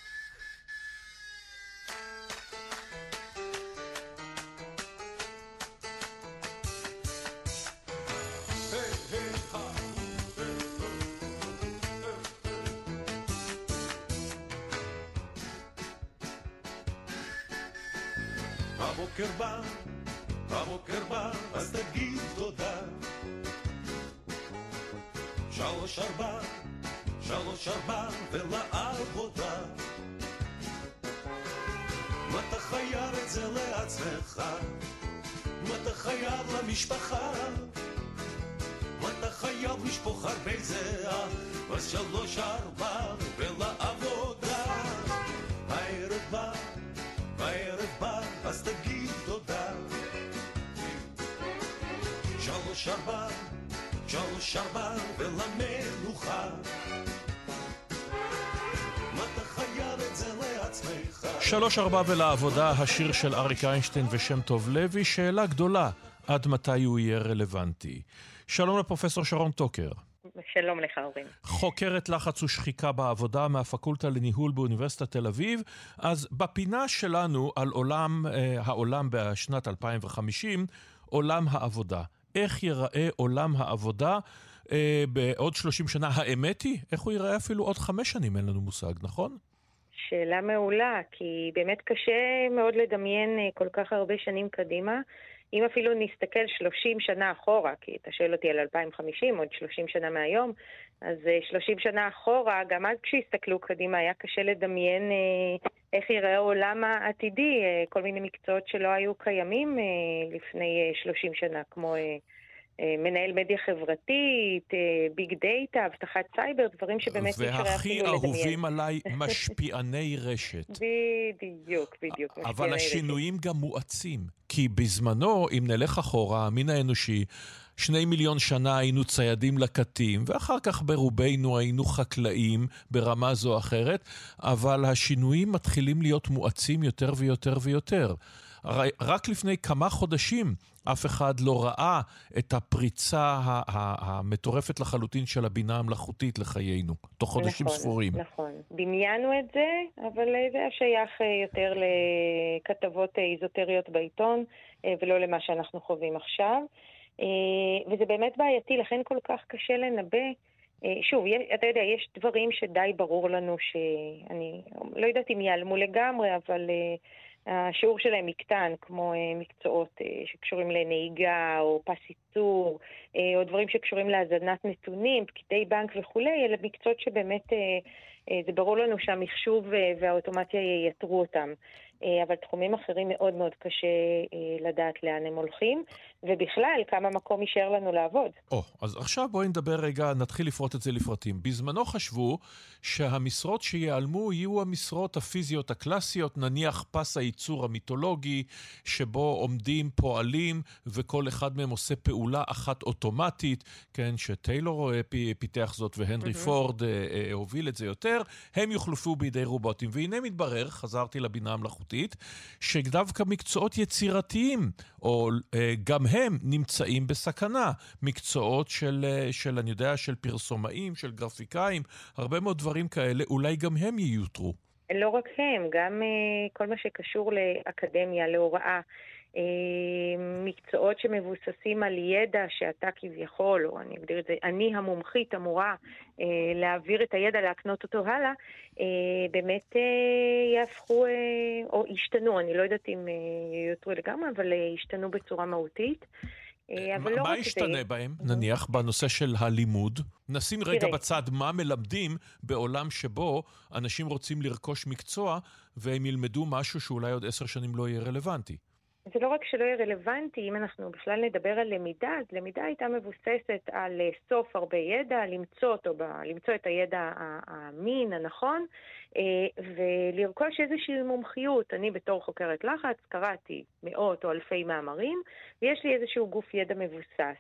הבוקר בא, הבוקר בא, אז תגיד תודה. שלוש ארבע, שלוש ארבע ולעבודה. מה אתה חייב את זה לעצמך? מה אתה חייב למשפחה? מה אתה חייב לשפוך הרבה זהה? אז שלוש ארבע ולעבודה. הערב בא, הערב בא, אז תגיד תודה. שלוש ארבע, שלוש ארבע ולמנוחה. מה אתה חייב את זה לעצמך? שלוש ארבע ולעבודה, השיר של אריק איינשטיין ושם טוב לוי. שאלה גדולה, עד מתי הוא יהיה רלוונטי? שלום לפרופסור שרון טוקר. שלום לך, אורן. חוקרת לחץ ושחיקה בעבודה מהפקולטה לניהול באוניברסיטת תל אביב. אז בפינה שלנו על עולם, אה, העולם בשנת אלפיים וחמישים, עולם העבודה. איך ייראה עולם העבודה אה, בעוד שלושים שנה? האמת היא, איך הוא ייראה אפילו עוד חמש שנים, אין לנו מושג, נכון? שאלה מעולה, כי באמת קשה מאוד לדמיין כל כך הרבה שנים קדימה. אם אפילו נסתכל שלושים שנה אחורה, כי אתה שואל אותי על אלפיים וחמישים, עוד שלושים שנה מהיום, אז שלושים שנה אחורה, גם אז כשהסתכלו קדימה, היה קשה לדמיין איך ייראה העולם העתידי, כל מיני מקצועות שלא היו קיימים לפני שלושים שנה, כמו מנהל מדיה חברתית, ביג דאטה, הבטחת סייבר, דברים שבאמת אפשר אפילו לדמיין. והכי אהובים עליי, משפיעני רשת. בדיוק, בדיוק. אבל השינויים גם מואצים, כי בזמנו, אם נלך אחורה, המין האנושי, שני מיליון שנה היינו ציידים לקטים, ואחר כך ברובנו היינו חקלאים ברמה זו או אחרת, אבל השינויים מתחילים להיות מואצים יותר ויותר ויותר. רק לפני כמה חודשים אף אחד לא ראה את הפריצה המטורפת לחלוטין של הבינה המלאכותית לחיינו, תוך חודשים נכון, ספורים. נכון, דמיינו את זה, אבל זה היה שייך יותר לכתבות איזוטריות בעיתון, ולא למה שאנחנו חווים עכשיו. וזה באמת בעייתי, לכן כל כך קשה לנבא. שוב, אתה יודע, יש דברים שדי ברור לנו שאני לא יודעת אם ייעלמו לגמרי, אבל השיעור שלהם מקטן, כמו מקצועות שקשורים לנהיגה או פס ייצור, או דברים שקשורים להזנת נתונים, פקידי בנק וכולי, אלה מקצועות שבאמת זה ברור לנו שהמחשוב והאוטומציה ייתרו אותם. אבל תחומים אחרים מאוד מאוד קשה לדעת לאן הם הולכים, ובכלל כמה מקום יישאר לנו לעבוד. או, אז עכשיו בואי נדבר רגע, נתחיל לפרוט את זה לפרטים. בזמנו חשבו שהמשרות שיעלמו יהיו המשרות הפיזיות הקלאסיות, נניח פס הייצור המיתולוגי, שבו עומדים פועלים, וכל אחד מהם עושה פעולה אחת אוטומטית, כן, שטיילור פיתח זאת והנרי mm-hmm. פורד אה, הוביל את זה יותר, הם יוחלפו בידי רובוטים. והנה מתברר, חזרתי לבינה המלאכותית, שדווקא מקצועות יצירתיים, או אה, גם הם נמצאים בסכנה. מקצועות של, של, אני יודע, של פרסומאים, של גרפיקאים, הרבה מאוד דברים כאלה, אולי גם הם ייותרו. לא רק הם, גם uh, כל מה שקשור לאקדמיה, להוראה, uh, מקצועות שמבוססים על ידע שאתה כביכול, או אני אגדיר את זה, אני המומחית אמורה uh, להעביר את הידע, להקנות אותו הלאה, uh, באמת uh, יהפכו, uh, או ישתנו, אני לא יודעת אם uh, יותרו לגמרי, אבל uh, ישתנו בצורה מהותית. מה ישתנה בהם, נניח, בנושא של הלימוד? נשים רגע בצד מה מלמדים בעולם שבו אנשים רוצים לרכוש מקצוע והם ילמדו משהו שאולי עוד עשר שנים לא יהיה רלוונטי. זה לא רק שלא יהיה רלוונטי, אם אנחנו בכלל נדבר על למידה, אז למידה הייתה מבוססת על סוף הרבה ידע, למצוא אותו, למצוא את הידע המין, הנכון, ולרכוש איזושהי מומחיות. אני בתור חוקרת לחץ קראתי מאות או אלפי מאמרים, ויש לי איזשהו גוף ידע מבוסס,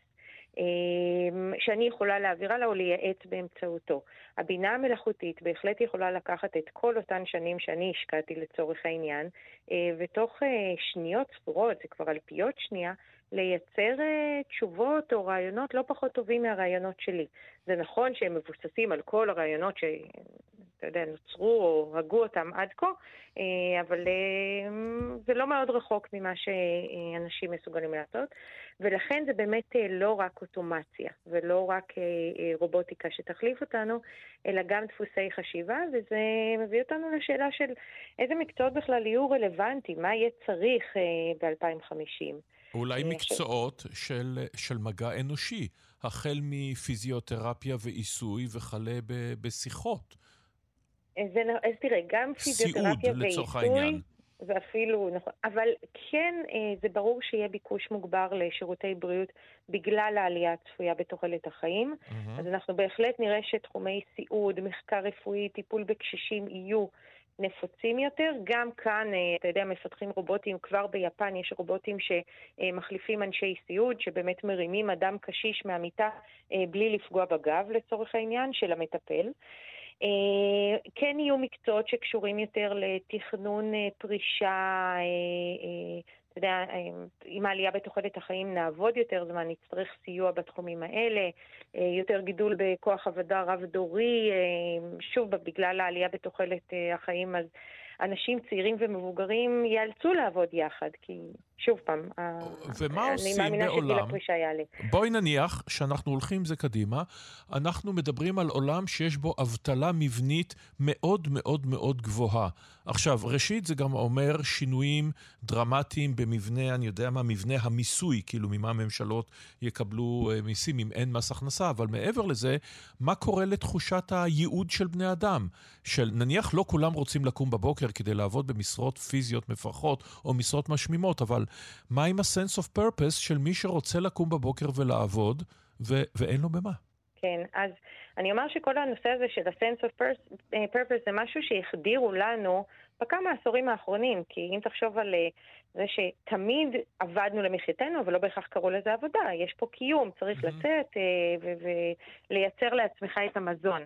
שאני יכולה להעבירה לה או לייעץ באמצעותו. הבינה המלאכותית בהחלט יכולה לקחת את כל אותן שנים שאני השקעתי לצורך העניין, ותוך שניות ספורות, זה כבר אלפיות שנייה, לייצר תשובות או רעיונות לא פחות טובים מהרעיונות שלי. זה נכון שהם מבוססים על כל הרעיונות ש... אתה יודע, נוצרו או הגו אותם עד כה, אבל זה לא מאוד רחוק ממה שאנשים מסוגלים לעשות, ולכן זה באמת לא רק אוטומציה, ולא רק רובוטיקה שתחליף אותנו, אלא גם דפוסי חשיבה, וזה מביא אותנו לשאלה של איזה מקצועות בכלל יהיו רלוונטיים, מה יהיה צריך ב-אלפיים וחמישים. אולי מקצועות של, של מגע אנושי, החל מפיזיותרפיה ועיסוי וכלה בשיחות. אז, אז תראה, גם פיזיותרפיה ועיסוי, ואפילו, נכון, אבל כן זה ברור שיהיה ביקוש מוגבר לשירותי בריאות בגלל העלייה הצפויה בתוחלת החיים. Mm-hmm. אז אנחנו בהחלט נראה שתחומי סיעוד, מחקר רפואי, טיפול בקשישים יהיו נפוצים יותר. גם כאן, אתה יודע, מפתחים רובוטים, כבר ביפן יש רובוטים שמחליפים אנשי סיעוד, שבאמת מרימים אדם קשיש מהמיטה בלי לפגוע בגב לצורך העניין של המטפל. כן יהיו מקצועות שקשורים יותר לתכנון פרישה, אתה יודע, עם העלייה בתוחלת החיים נעבוד יותר זמן, נצטרך סיוע בתחומים האלה, יותר גידול בכוח עבודה רב-דורי, שוב, בגלל העלייה בתוחלת החיים, אז אנשים צעירים ומבוגרים ייאלצו לעבוד יחד, כי שוב פעם, ומה עושים אני מאמינה בעולם? שגיל הפרישה יעלה. בואי נניח שאנחנו הולכים עם זה קדימה, אנחנו מדברים על עולם שיש בו אבטלה מבנית מאוד מאוד מאוד גבוהה. עכשיו, ראשית זה גם אומר שינויים דרמטיים במבנה, אני יודע מה, מבנה המיסוי, כאילו ממה הממשלות יקבלו מיסים אם אין מס הכנסה, אבל מעבר לזה, מה קורה לתחושת הייעוד של בני אדם? של נניח לא כולם רוצים לקום בבוקר כדי לעבוד במשרות פיזיות מפרכות או משרות משמימות, אבל מה עם ה-sense of purpose של מי שרוצה לקום בבוקר ולעבוד ו- ואין לו במה? כן, אז אני אומר שכל הנושא הזה של ה-sense of purpose זה משהו שהחדירו לנו בכמה העשורים האחרונים, כי אם תחשוב על זה שתמיד עבדנו למחייתנו, אבל לא בהכרח קראו לזה עבודה, יש פה קיום, צריך mm-hmm. לצאת ולייצר לעצמך את המזון.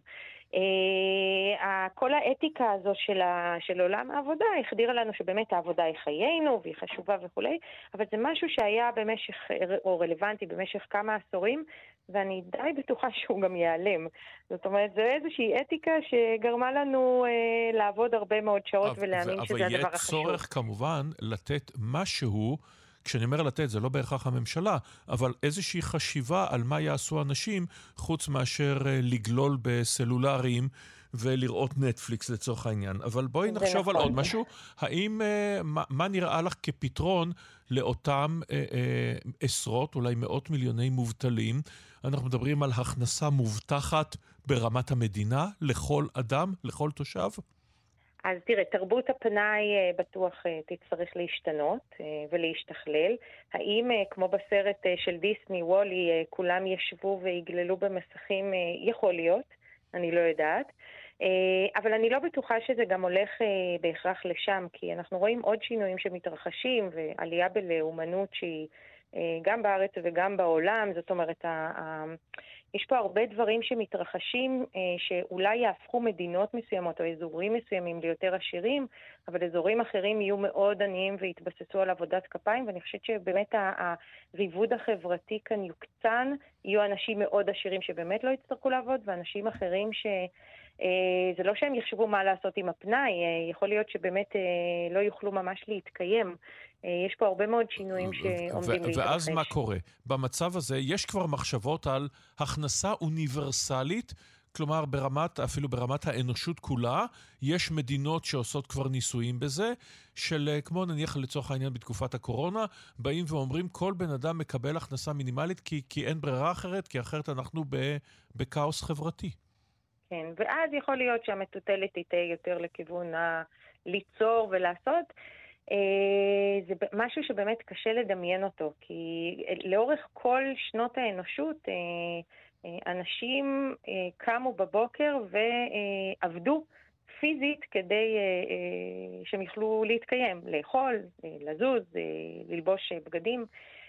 כל האתיקה הזו של, ה, של עולם העבודה החדירה לנו שבאמת העבודה היא חיינו והיא חשובה וכו', אבל זה משהו שהיה במשך, או רלוונטי במשך כמה עשורים, ואני די בטוחה שהוא גם ייעלם. זאת אומרת, זו איזושהי אתיקה שגרמה לנו אה, לעבוד הרבה מאוד שעות ולהאמין שזה הדבר החשוב. אבל יהיה צורך כמובן לתת משהו, כשאני אומר לתת, זה לא בהכרח הממשלה, אבל איזושהי חשיבה על מה יעשו אנשים, חוץ מאשר לגלול בסלולריים ולראות נטפליקס לצורך העניין. אבל בואי נחשוב נכון. על עוד משהו. האם, מה, מה נראה לך כפתרון לאותם אה, אה, עשרות, אולי מאות מיליוני מובטלים? אנחנו מדברים על הכנסה מובטחת ברמת המדינה, לכל אדם, לכל תושב? אז תראה, תרבות הפנאי בטוח תצטרך להשתנות ולהשתכלל. האם כמו בסרט של דיסני, וולי, כולם ישבו והגללו במסכים? יכול להיות, אני לא יודעת. אבל אני לא בטוחה שזה גם הולך בהכרח לשם, כי אנחנו רואים עוד שינויים שמתרחשים, ועלייה בלאומנות שהיא גם בארץ וגם בעולם. זאת אומרת, יש פה הרבה דברים שמתרחשים שאולי יהפכו מדינות מסוימות או אזורים מסוימים ליותר עשירים, אבל אזורים אחרים יהיו מאוד עניים והתבססו על עבודת כפיים, ואני חושבת שבאמת הריבוד החברתי כאן יוקצן, יהיו אנשים מאוד עשירים שבאמת לא יצטרכו לעבוד, ואנשים אחרים ש... זה לא שהם יחשבו מה לעשות עם הפנאי, יכול להיות שבאמת לא יוכלו ממש להתקיים. יש פה הרבה מאוד שינויים שעומדים להתרחש. ואז מה קורה? במצב הזה יש כבר מחשבות על הכנסה אוניברסלית, כלומר ברמת, אפילו ברמת האנושות כולה, יש מדינות שעושות כבר ניסויים בזה, של כמו נניח לצורך העניין בתקופת הקורונה, באים ואומרים כל בן אדם מקבל הכנסה מינימלית, כי, כי אין ברירה אחרת, כי אחרת אנחנו בקאוס חברתי. כן, ואז יכול להיות שהמטוטלת תהיה יותר לכיוון ליצור ולעשות. זה משהו שבאמת קשה לדמיין אותו, כי לאורך כל שנות האנושות אנשים קמו בבוקר ועבדו פיזית כדי שהם יוכלו להתקיים, לאכול, לזוז, ללבוש בגדים.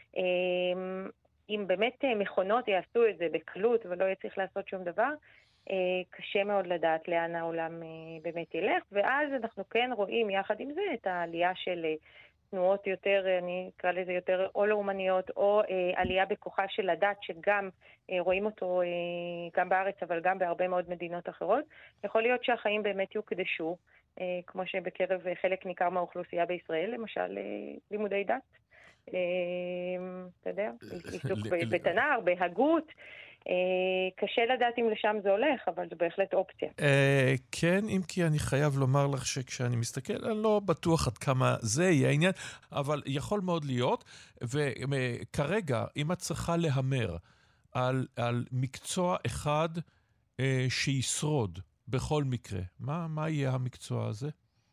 אם באמת מכונות יעשו את זה בקלות ולא יצריך לעשות שום דבר, קשה מאוד לדעת לאן העולם באמת ילך, ואז אנחנו כן רואים יחד עם זה את העלייה של תנועות יותר, אני אקרא לזה יותר או לאומניות, או עלייה בכוחה של הדת, שגם רואים אותו גם בארץ, אבל גם בהרבה מאוד מדינות אחרות. יכול להיות שהחיים באמת יוקדשו, כמו שבקרב חלק ניכר מהאוכלוסייה בישראל, למשל לימודי דת. אתה יודע, עיסוק בתנ"ך, בהגות. קשה לדעת אם לשם זה הולך, אבל זו בהחלט אופציה. כן, אם כי אני חייב לומר לך שכשאני מסתכל, אני לא בטוח עד כמה זה יהיה העניין, אבל יכול מאוד להיות, וכרגע, אם את צריכה להמר על, על מקצוע אחד שישרוד בכל מקרה, מה, מה יהיה המקצוע הזה?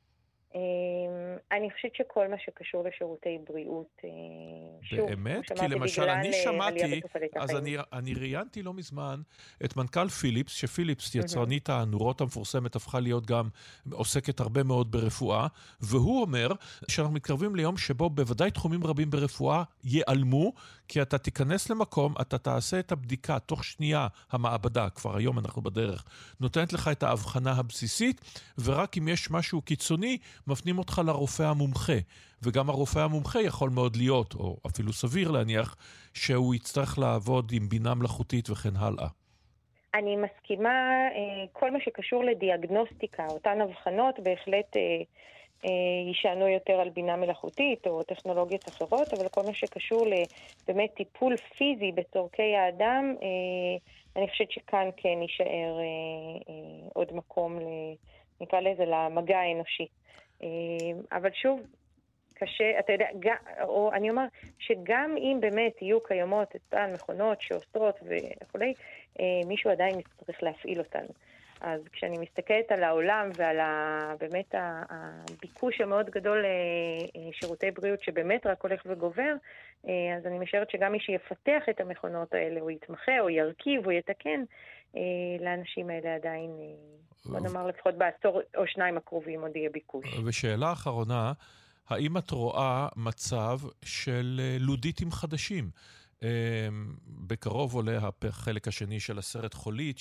אני חושבת שכל מה שקשור לשירותי בריאות, באמת? כי למשל אני שמעתי, אז אני, אני ראיינתי לא מזמן את מנכ"ל פיליפס, שפיליפס יצרנית הנורות המפורסמת הפכה להיות גם עוסקת הרבה מאוד ברפואה, והוא אומר שאנחנו מתקרבים ליום שבו בוודאי תחומים רבים ברפואה ייעלמו, כי אתה תיכנס למקום, אתה תעשה את הבדיקה תוך שנייה, המעבדה, כבר היום אנחנו בדרך, נותנת לך את ההבחנה הבסיסית, ורק אם יש משהו קיצוני, מפנים אותך לרופא המומחה, וגם הרופא המומחה יכול מאוד להיות, או אפילו סביר להניח, שהוא יצטרך לעבוד עם בינה מלאכותית וכן הלאה. אני מסכימה, כל מה שקשור לדיאגנוסטיקה, אותן הבחנות בהחלט יישענו יותר על בינה מלאכותית או טכנולוגיות אחרות, אבל כל מה שקשור לבאמת טיפול פיזי בצורכי האדם, אני חושבת שכאן כן יישאר עוד מקום, נקרא לזה, למגע האנושי. אבל שוב, קשה, אתה יודע, או אני אומר שגם אם באמת יהיו קיימות אותן מכונות שעושות וכולי, מישהו עדיין צריך להפעיל אותן. אז כשאני מסתכלת על העולם ועל ה, באמת הביקוש המאוד גדול לשירותי בריאות שבאמת רק הולך וגובר, אז אני משערת שגם מי שיפתח את המכונות האלה, הוא יתמחה או ירכיב או יתקן, לאנשים האלה עדיין, בוא נאמר לפחות בעשור או שניים הקרובים עוד יהיה ביקוש. ושאלה אחרונה, האם את רואה מצב של לודיטים חדשים? בקרוב עולה החלק השני של הסרט חולית,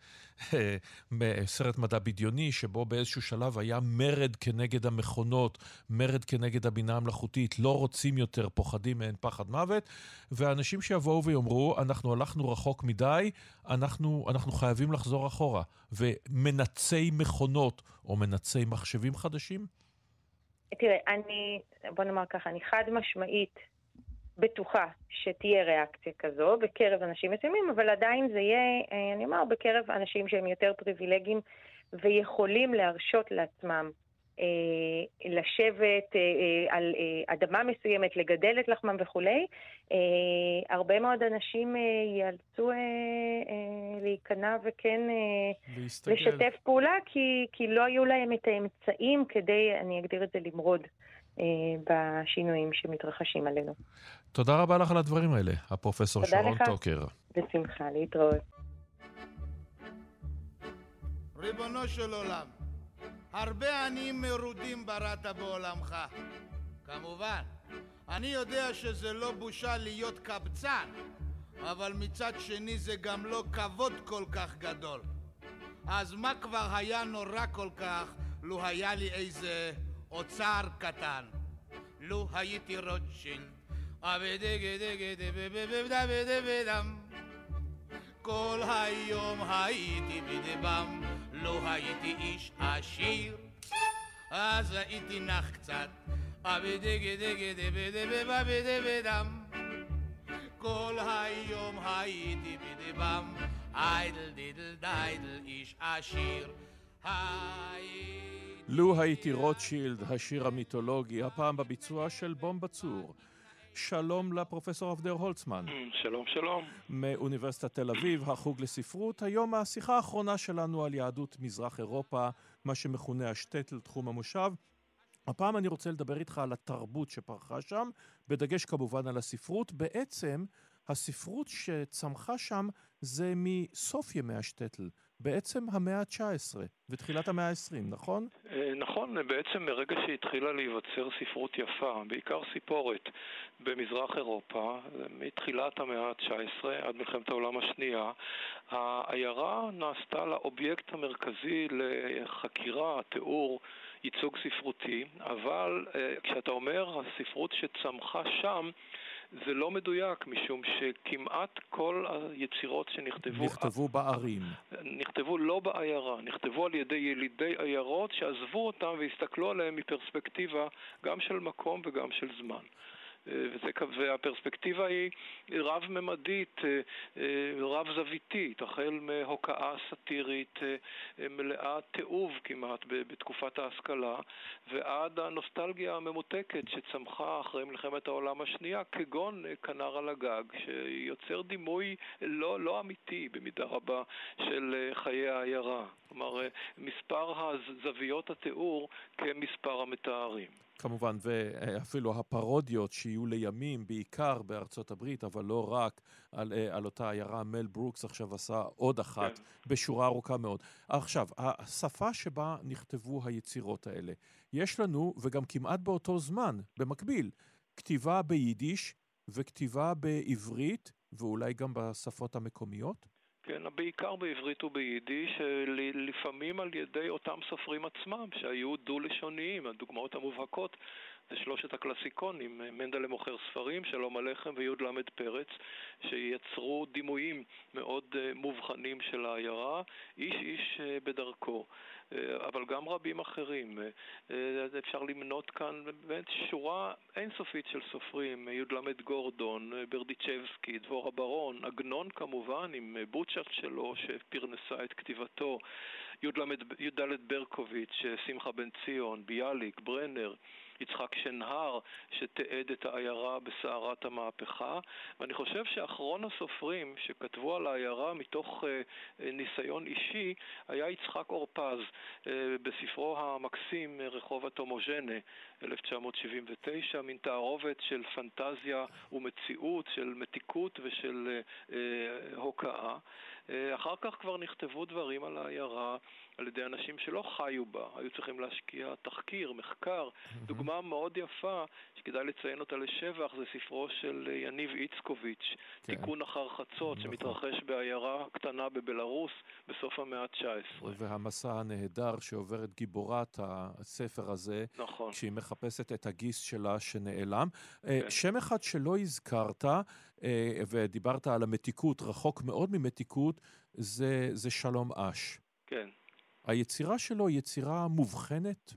סרט מדע בדיוני, שבו באיזשהו שלב היה מרד כנגד המכונות, מרד כנגד הבינה המלאכותית, לא רוצים יותר, פוחדים מהן פחד מוות, ואנשים שיבואו ויאמרו, אנחנו הלכנו רחוק מדי, אנחנו, אנחנו חייבים לחזור אחורה, ומנצי מכונות או מנצי מחשבים חדשים? תראה, אני, בוא נאמר ככה, אני חד משמעית בטוחה שתהיה ריאקציה כזו בקרב אנשים מסוימים, אבל עדיין זה יהיה, אני אומר, בקרב אנשים שהם יותר פריבילגיים ויכולים להרשות לעצמם אה, לשבת אה, על אה, אדמה מסוימת, לגדל את לחמם וכולי. אה, הרבה מאוד אנשים אה, ייאלצו אה, אה, להיכנע וכן אה, לשתף פעולה, כי, כי לא היו להם את האמצעים כדי, אני אגדיר את זה, למרוד בשינויים שמתרחשים עלינו. תודה רבה לך על הדברים האלה, הפרופסור שרון טוקר. בשמחה, להתראות. ריבונו של עולם, הרבה עניים מרודים בראת בעולמך. כמובן, אני יודע שזה לא בושה להיות קבצן, אבל מצד שני זה גם לא כבוד כל כך גדול. אז מה כבר היה נורא כל כך לו היה לי איזה אוצר קטן? לו הייתי רוטשילד, כל היום הייתי בדבם, לא הייתי איש עשיר, אז הייתי נח קצת, כל היום הייתי בדבם, איידל דידל דיידל איש עשיר. לו הייתי רוטשילד, השיר המיתולוגי, הפעם בביצוע של בום בצור. שלום לפרופסור אבנר הולצמן. שלום, שלום. מאוניברסיטת תל אביב, החוג לספרות. היום השיחה האחרונה שלנו על יהדות מזרח אירופה, מה שמכונה השטטל, תחום המושב. הפעם אני רוצה לדבר איתך על התרבות שפרחה שם, בדגש כמובן על הספרות. בעצם הספרות שצמחה שם זה מסוף ימי השטטל. בעצם המאה ה-תשע עשרה ותחילת המאה ה-עשרים, נכון? נכון, בעצם מרגע שהתחילה להיווצר ספרות יפה, בעיקר סיפורת במזרח אירופה, מתחילת המאה ה-תשע עשרה עד מלחמת העולם השנייה, העיירה נעשתה לאובייקט המרכזי לחקירה, תיאור, ייצוג ספרותי, אבל כשאתה אומר הספרות שצמחה שם, זה לא מדויק, משום שכמעט כל היצירות שנכתבו... נכתבו בערים. נכתבו לא בעיירה, נכתבו על ידי ילידי עיירות שעזבו אותם והסתכלו עליהם מפרספקטיבה גם של מקום וגם של זמן. וזה, והפרספקטיבה היא רב-ממדית, רב-זוויתית, החל מהוקעה סאטירית, מלאה תיעוב כמעט בתקופת ההשכלה, ועד הנוסטלגיה הממותקת שצמחה אחרי מלחמת העולם השנייה, כגון כנר על הגג, שיוצר דימוי לא, לא אמיתי במידה רבה של חיי העיירה. כלומר, מספר הזוויות התיאור כמספר המתארים. כמובן, ואפילו הפרודיות שיהיו לימים, בעיקר בארצות הברית, אבל לא רק, על, על אותה עיירה, מל ברוקס עכשיו עשה עוד אחת, כן. בשורה ארוכה מאוד. עכשיו, השפה שבה נכתבו היצירות האלה, יש לנו, וגם כמעט באותו זמן, במקביל, כתיבה ביידיש וכתיבה בעברית, ואולי גם בשפות המקומיות? כן, בעיקר בעברית וביידיש, לפעמים על ידי אותם סופרים עצמם, שהיו דו-לשוניים. הדוגמאות המובהקות זה שלושת הקלאסיקונים, מנדלה מוכר ספרים, שלום עליכם ויוד למד פרץ, שיצרו דימויים מאוד מובחנים של העיירה, איש איש בדרכו. אבל גם רבים אחרים. אפשר למנות כאן באמת שורה אינסופית של סופרים, יוד למד גורדון, ברדיצ'בסקי, דבורה ברון, עגנון כמובן, עם בוצ'ט שלו שפרנסה את כתיבתו, יוד ד' ברקוביץ', שמחה בן ציון, ביאליק, ברנר, יצחק שנהר שתעד את העיירה בסערת המהפכה, ואני חושב שאחרון הסופרים שכתבו על העיירה מתוך uh, ניסיון אישי היה יצחק אורפז uh, בספרו המקסים רחוב הטומוז'נה אלף תשע מאות שבעים ותשע, מין תערובת של פנטזיה ומציאות, של מתיקות ושל uh, uh, הוקעה. Uh, אחר כך כבר נכתבו דברים על העיירה על ידי אנשים שלא חיו בה, היו צריכים להשקיע תחקיר, מחקר. Mm-hmm. דוגמה מאוד יפה, שכדאי לציין אותה לשבח, זה ספרו של יניב איצקוביץ', כן. תיקון אחר חצות, נכון. שמתרחש בעיירה קטנה בבלרוס בסוף המאה ה-תשע עשרה. והמסע הנהדר שעוברת גיבורת הספר הזה, נכון. כשהיא מחפשת את הגיס שלה שנעלם. כן. שם אחד שלא הזכרת, ודיברת על המתיקות, רחוק מאוד ממתיקות, זה, זה שלום אש. כן. היצירה שלו היא יצירה מובחנת?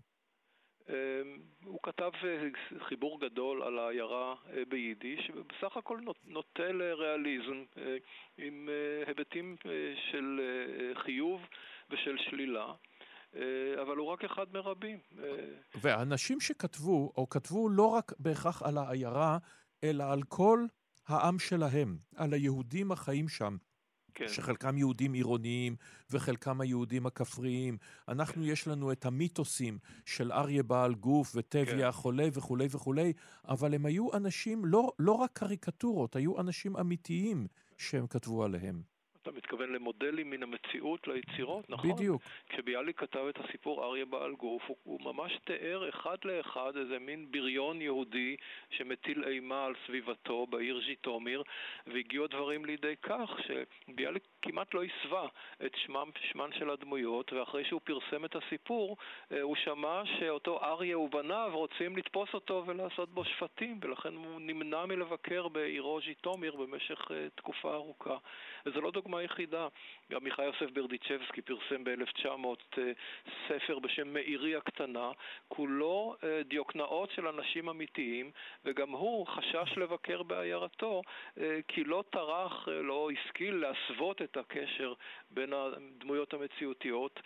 הוא כתב חיבור גדול על העיירה ביידיש, ובסך הכל נוטה לריאליזם, עם היבטים של חיוב ושל שלילה, אבל הוא רק אחד מרבים. והאנשים שכתבו, או כתבו לא רק בהכרח על העיירה, אלא על כל העם שלהם, על היהודים החיים שם. כן. שחלקם יהודים עירוניים וחלקם היהודים הכפריים. אנחנו כן. יש לנו את המיתוסים של אריה בעל גוף וטביה כן. חולה וכו' וכו', אבל הם היו אנשים, לא, לא רק קריקטורות, היו אנשים אמיתיים שהם כתבו עליהם. אתה מתכוון למודלים מן המציאות ליצירות, נכון? בדיוק. כשביאליק כתב את הסיפור אריה בעל גוף, הוא, הוא ממש תיאר אחד לאחד איזה מין בריון יהודי שמטיל אימה על סביבתו בעיר ז'יטומיר, והגיעו הדברים לידי כך שביאליק כמעט לא הסווה את שמם, שמן של הדמויות, ואחרי שהוא פרסם את הסיפור, הוא שמע שאותו אריה ובניו רוצים לתפוס אותו ולעשות בו שפטים, ולכן הוא נמנע מלבקר בעירו ז'יטומיר במשך תקופה ארוכה. וזו לא דוגמה יחידה. גם מיכה יוסף ברדיצ'בסקי פרסם ב-אלף תשע מאות ספר בשם מאירי הקטנה, כולו דיוקנאות של אנשים אמיתיים, וגם הוא חשש לבקר בעיירתו, כי לא טרח, לא השכיל להסוות את הקשר בין הדמויות המציאותיות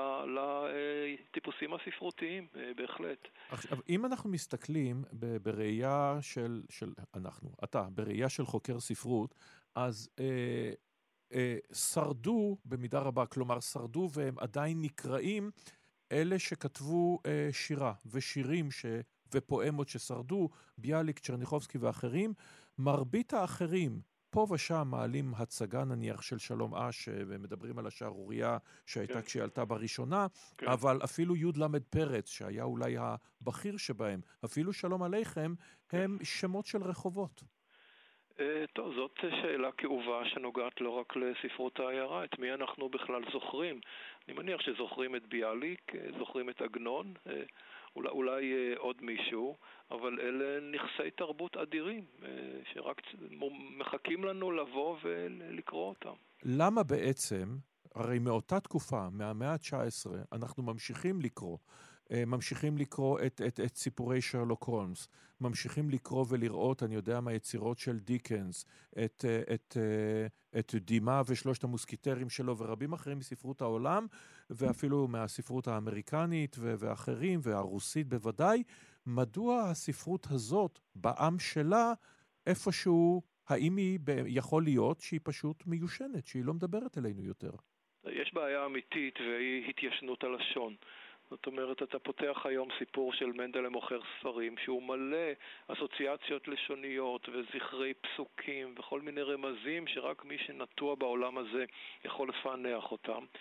לטיפוסים הספרותיים, בהחלט. עכשיו, אם אנחנו מסתכלים בראייה של, של אנחנו, אתה, בראייה של חוקר ספרות, אז אה, אה, שרדו במידה רבה, כלומר שרדו והם עדיין נקראים אלה שכתבו אה, שירה ושירים ש, ופואמות ששרדו, ביאליק, צ'רניחובסקי ואחרים. מרבית האחרים פה ושם מעלים הצגה נניח של שלום אש ומדברים על השערוריה שהייתה כן. כשהיא עלתה בראשונה, כן. אבל אפילו יוד למד פרץ שהיה אולי הבכיר שבהם, אפילו שלום עליכם, כן. הם שמות של רחובות. טוב, זאת שאלה כאובה שנוגעת לא רק לספרות העיירה, את מי אנחנו בכלל זוכרים. אני מניח שזוכרים את ביאליק, זוכרים את עגנון, אולי, אולי עוד מישהו, אבל אלה נכסי תרבות אדירים, שרק מחכים לנו לבוא ולקרוא אותם. למה בעצם, הרי מאותה תקופה, מהמאה ה-תשע עשרה, אנחנו ממשיכים לקרוא, ממשיכים לקרוא את, את, את סיפורי שרלוק הולמס, ממשיכים לקרוא ולראות, אני יודע מה, יצירות של דיקנס, את, את, את דימה ושלושת המוסקיטרים שלו ורבים אחרים מספרות העולם, ואפילו מהספרות האמריקנית ואחרים, והרוסית בוודאי. מדוע הספרות הזאת, בעם שלה, איפשהו, האם היא יכול להיות שהיא פשוט מיושנת, שהיא לא מדברת אלינו יותר? יש בעיה אמיתית והיא התיישנות הלשון. זאת אומרת, אתה פותח היום סיפור של מנדלה מוכר ספרים, שהוא מלא אסוציאציות לשוניות וזכרי פסוקים וכל מיני רמזים שרק מי שנטוע בעולם הזה יכול לפענח אותם.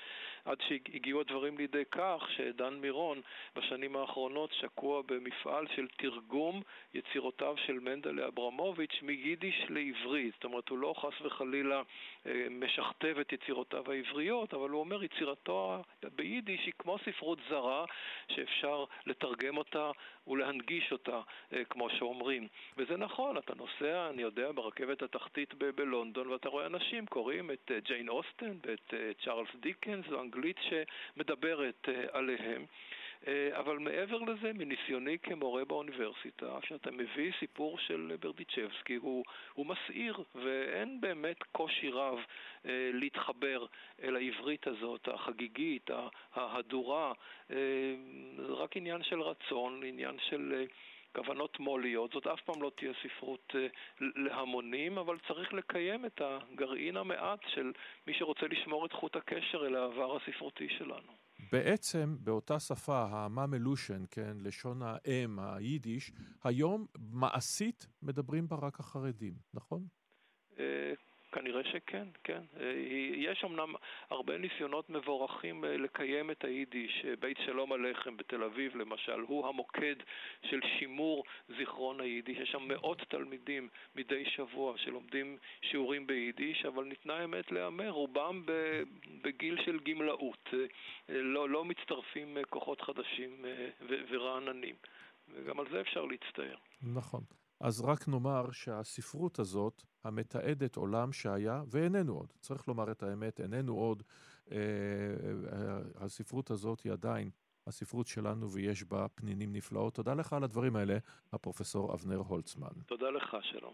עד שהגיעו הדברים לידי כך שדן מירון בשנים האחרונות שקוע במפעל של תרגום יצירותיו של מנדלה אברמוביץ' מיידיש לעברית. זאת אומרת, הוא לא חס וחלילה משכתב את יצירותיו העבריות, אבל הוא אומר יצירתו ביידיש היא כמו ספרות זרה שאפשר לתרגם אותה ולהנגיש אותה, כמו שאומרים. וזה נכון, אתה נוסע, אני יודע, ברכבת התחתית ב- בלונדון, ואתה רואה אנשים קוראים את ג'יין אוסטן ואת צ'ארלס דיקנס, זו אנגלית שמדברת עליהם. אבל מעבר לזה, מניסיוני כמורה באוניברסיטה, כשאתה מביא סיפור של ברדיצ'בסקי, הוא, הוא מסעיר, ואין באמת קושי רב אה, להתחבר אל העברית הזאת, החגיגית, ההדורה. אה, זה רק עניין של רצון, עניין של אה, כוונות מוליות. זאת אף פעם לא תהיה ספרות אה, להמונים, אבל צריך לקיים את הגרעין המעט של מי שרוצה לשמור את חוט הקשר אל העבר הספרותי שלנו. בעצם באותה שפה, הממלושן, כן, לשון האם, היידיש, היום מעשית מדברים בה רק החרדים, נכון? כנראה שכן, כן. יש אמנם הרבה ניסיונות מבורכים לקיים את היידיש. בית שלום הלחם בתל אביב למשל, הוא המוקד של שימור זיכרון היידיש. יש שם מאות תלמידים מדי שבוע שלומדים שיעורים ביידיש, אבל ניתנה האמת להיאמר, רובם בגיל של גמלאות. לא, לא מצטרפים כוחות חדשים ורעננים. וגם על זה אפשר להצטער. נכון. אז רק נאמר שהספרות הזאת, המתעדת עולם שהיה, ואיננו עוד, צריך לומר את האמת, איננו עוד, אה, הספרות הזאת היא עדיין הספרות שלנו ויש בה פנינים נפלאות. תודה לך על הדברים האלה, הפרופסור אבנר הולצמן. תודה לך, שלום.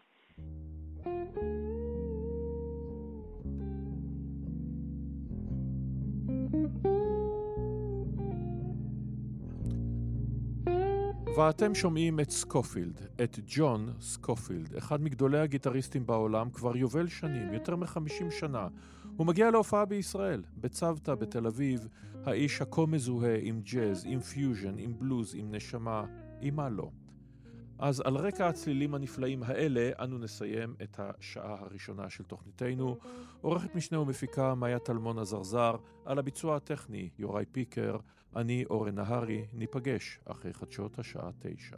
ואתם שומעים את סקופילד, את ג'ון סקופילד, אחד מגדולי הגיטריסטים בעולם כבר יובל שנים, יותר מ-חמישים שנה. הוא מגיע להופעה בישראל, בצוותא בתל אביב, האיש הכה מזוהה עם ג'אז, עם פיוז'ן, עם בלוז, עם נשמה, עם מה לא. אז על רקע הצלילים הנפלאים האלה, אנו נסיים את השעה הראשונה של תוכניתנו. עורכת משנה ומפיקה מאיה טלמון הזרזר, על הביצוע הטכני יוראי פיקר, אני אורן נהרי, ניפגש אחרי חדשות השעה תשע.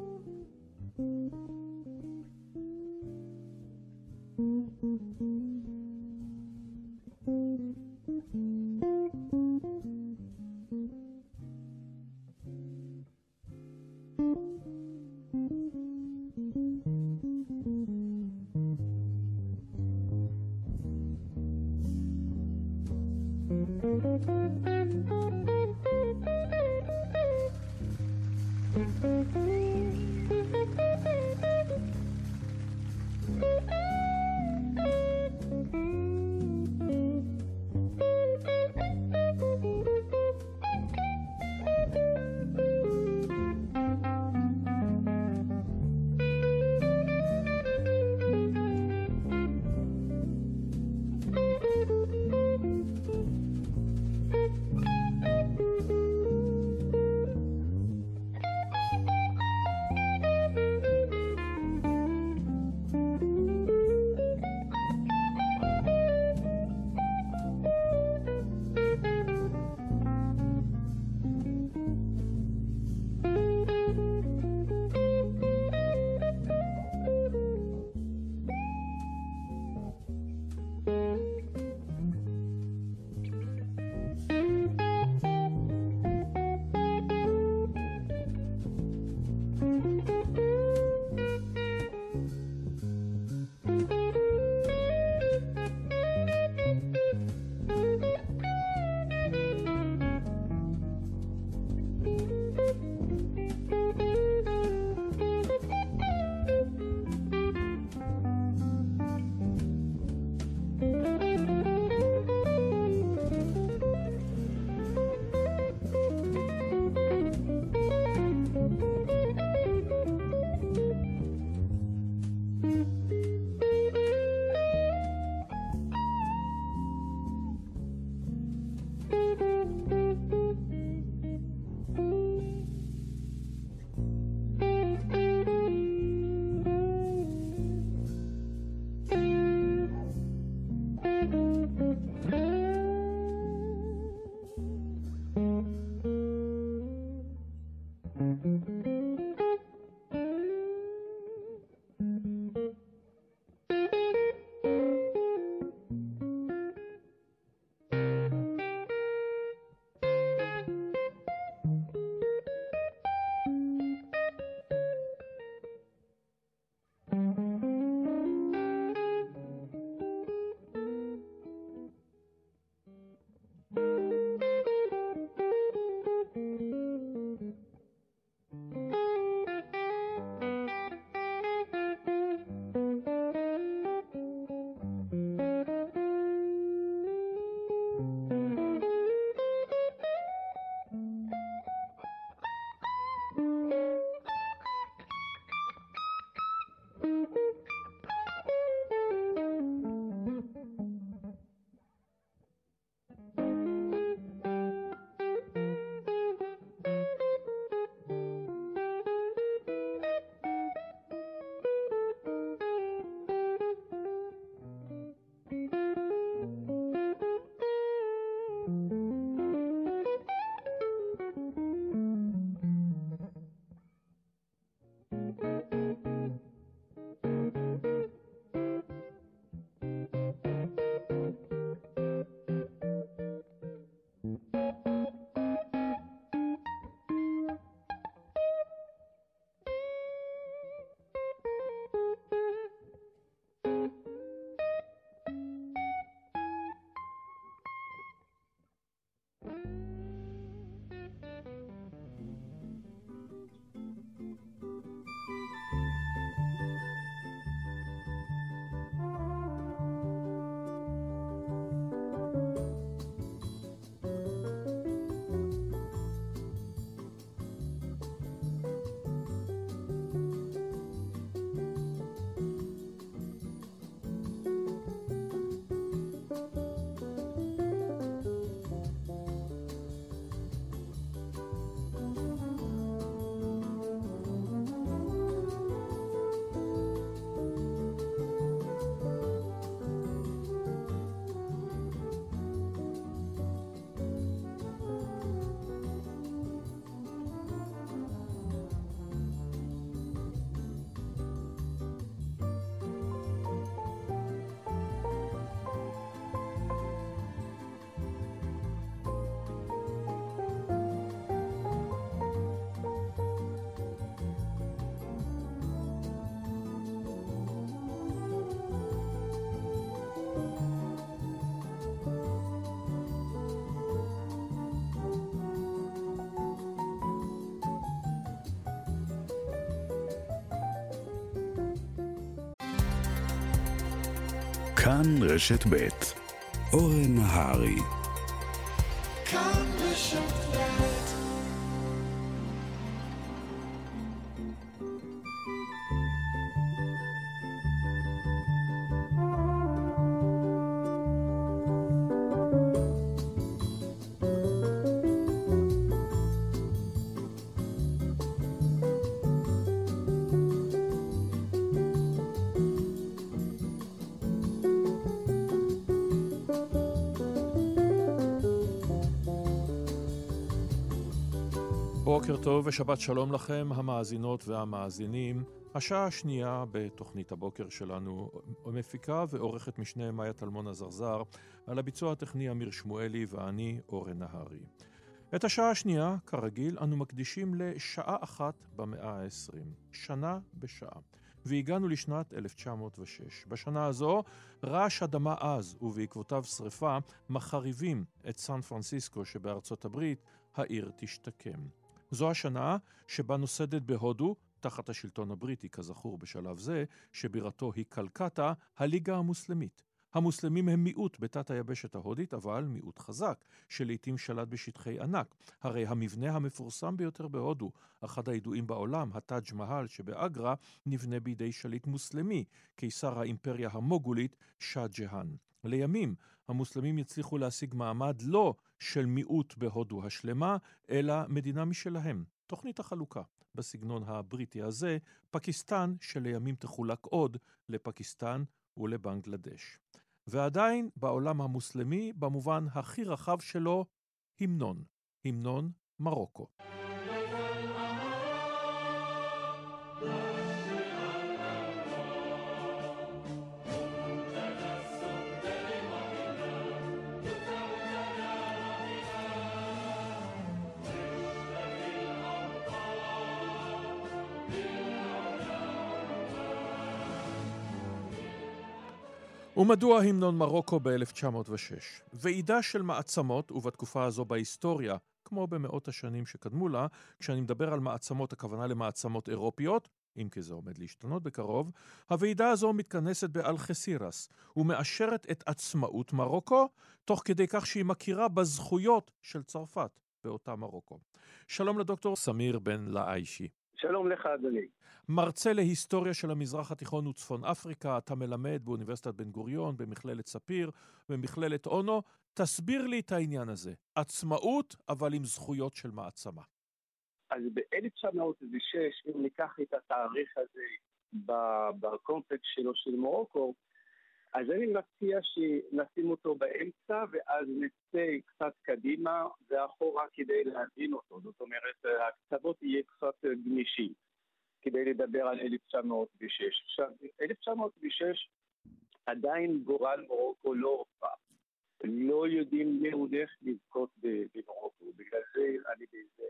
Thank you. כאן רשת ב' אורן נהרי. כאן רשת ב'. בוקר טוב ושבת שלום לכם המאזינות והמאזינים. השעה השנייה בתוכנית הבוקר שלנו מפיקה ועורכת משנה מאיה טלמון הזרזר, על הביצוע הטכני אמיר שמואלי ואני אורן נהרי. את השעה השנייה, כרגיל, אנו מקדישים לשעה אחת במאה העשרים, שנה בשעה. והגענו לשנת אלף תשע מאות ושש. בשנה הזו רעש אדמה עז ובעקבותיו שריפה מחריבים את סן פרנסיסקו שבארצות הברית, העיר תשתקם. זו השנה שבה נוסדת בהודו, תחת השלטון הבריטי כזכור בשלב זה, שבירתו היא קלקטה, הליגה המוסלמית. המוסלמים הם מיעוט בתת היבשת ההודית, אבל מיעוט חזק, שלעיתים שלט בשטחי ענק. הרי המבנה המפורסם ביותר בהודו, אחד הידועים בעולם, הטאג' מהל שבאגרה, נבנה בידי שליט מוסלמי, קיסר האימפריה המוגולית, שאה ג'האן. לימים, המוסלמים יצליחו להשיג מעמד לא של מיעוט בהודו השלמה, אלא מדינה משלהם. תוכנית החלוקה בסגנון הבריטי הזה, פקיסטן שלימים תחולק עוד לפקיסטן ולבנגלדש. ועדיין בעולם המוסלמי, במובן הכי רחב שלו, המנון. המנון מרוקו. ומדוע המנון מרוקו ב-אלף תשע מאות ושש? ועידה של מעצמות, ובתקופה הזו בהיסטוריה, כמו במאות השנים שקדמו לה, כשאני מדבר על מעצמות, הכוונה למעצמות אירופיות, אם כי זה עומד להשתנות בקרוב, הוועידה הזו מתכנסת באלחסירס, ומאשרת את עצמאות מרוקו, תוך כדי כך שהיא מכירה בזכויות של צרפת באותה מרוקו. שלום לדוקטור סמיר בן לאיישי. שלום לך אדוני. מרצה להיסטוריה של המזרח התיכון וצפון אפריקה, אתה מלמד באוניברסיטת בן גוריון, במכללת ספיר, במכללת אונו. תסביר לי את העניין הזה. עצמאות, אבל עם זכויות של מעצמה. אז ב-אלף תשע מאות ושש, אם ניקח את התאריך הזה בקונטקסט שלו של מרוקו, אז אני מציע שנשים אותו באמצע, ואז נצא קצת קדימה ואחורה כדי להבין אותו. זאת אומרת, הקצוות יהיה קצת גמישים, כדי לדבר על אלף תשע מאות ושש. עכשיו, אלף תשע מאות ושש עדיין גורל מרוקו לא הופע. לא יודעים מי הולך לזכות במרוקו. בגלל זה אני באיזה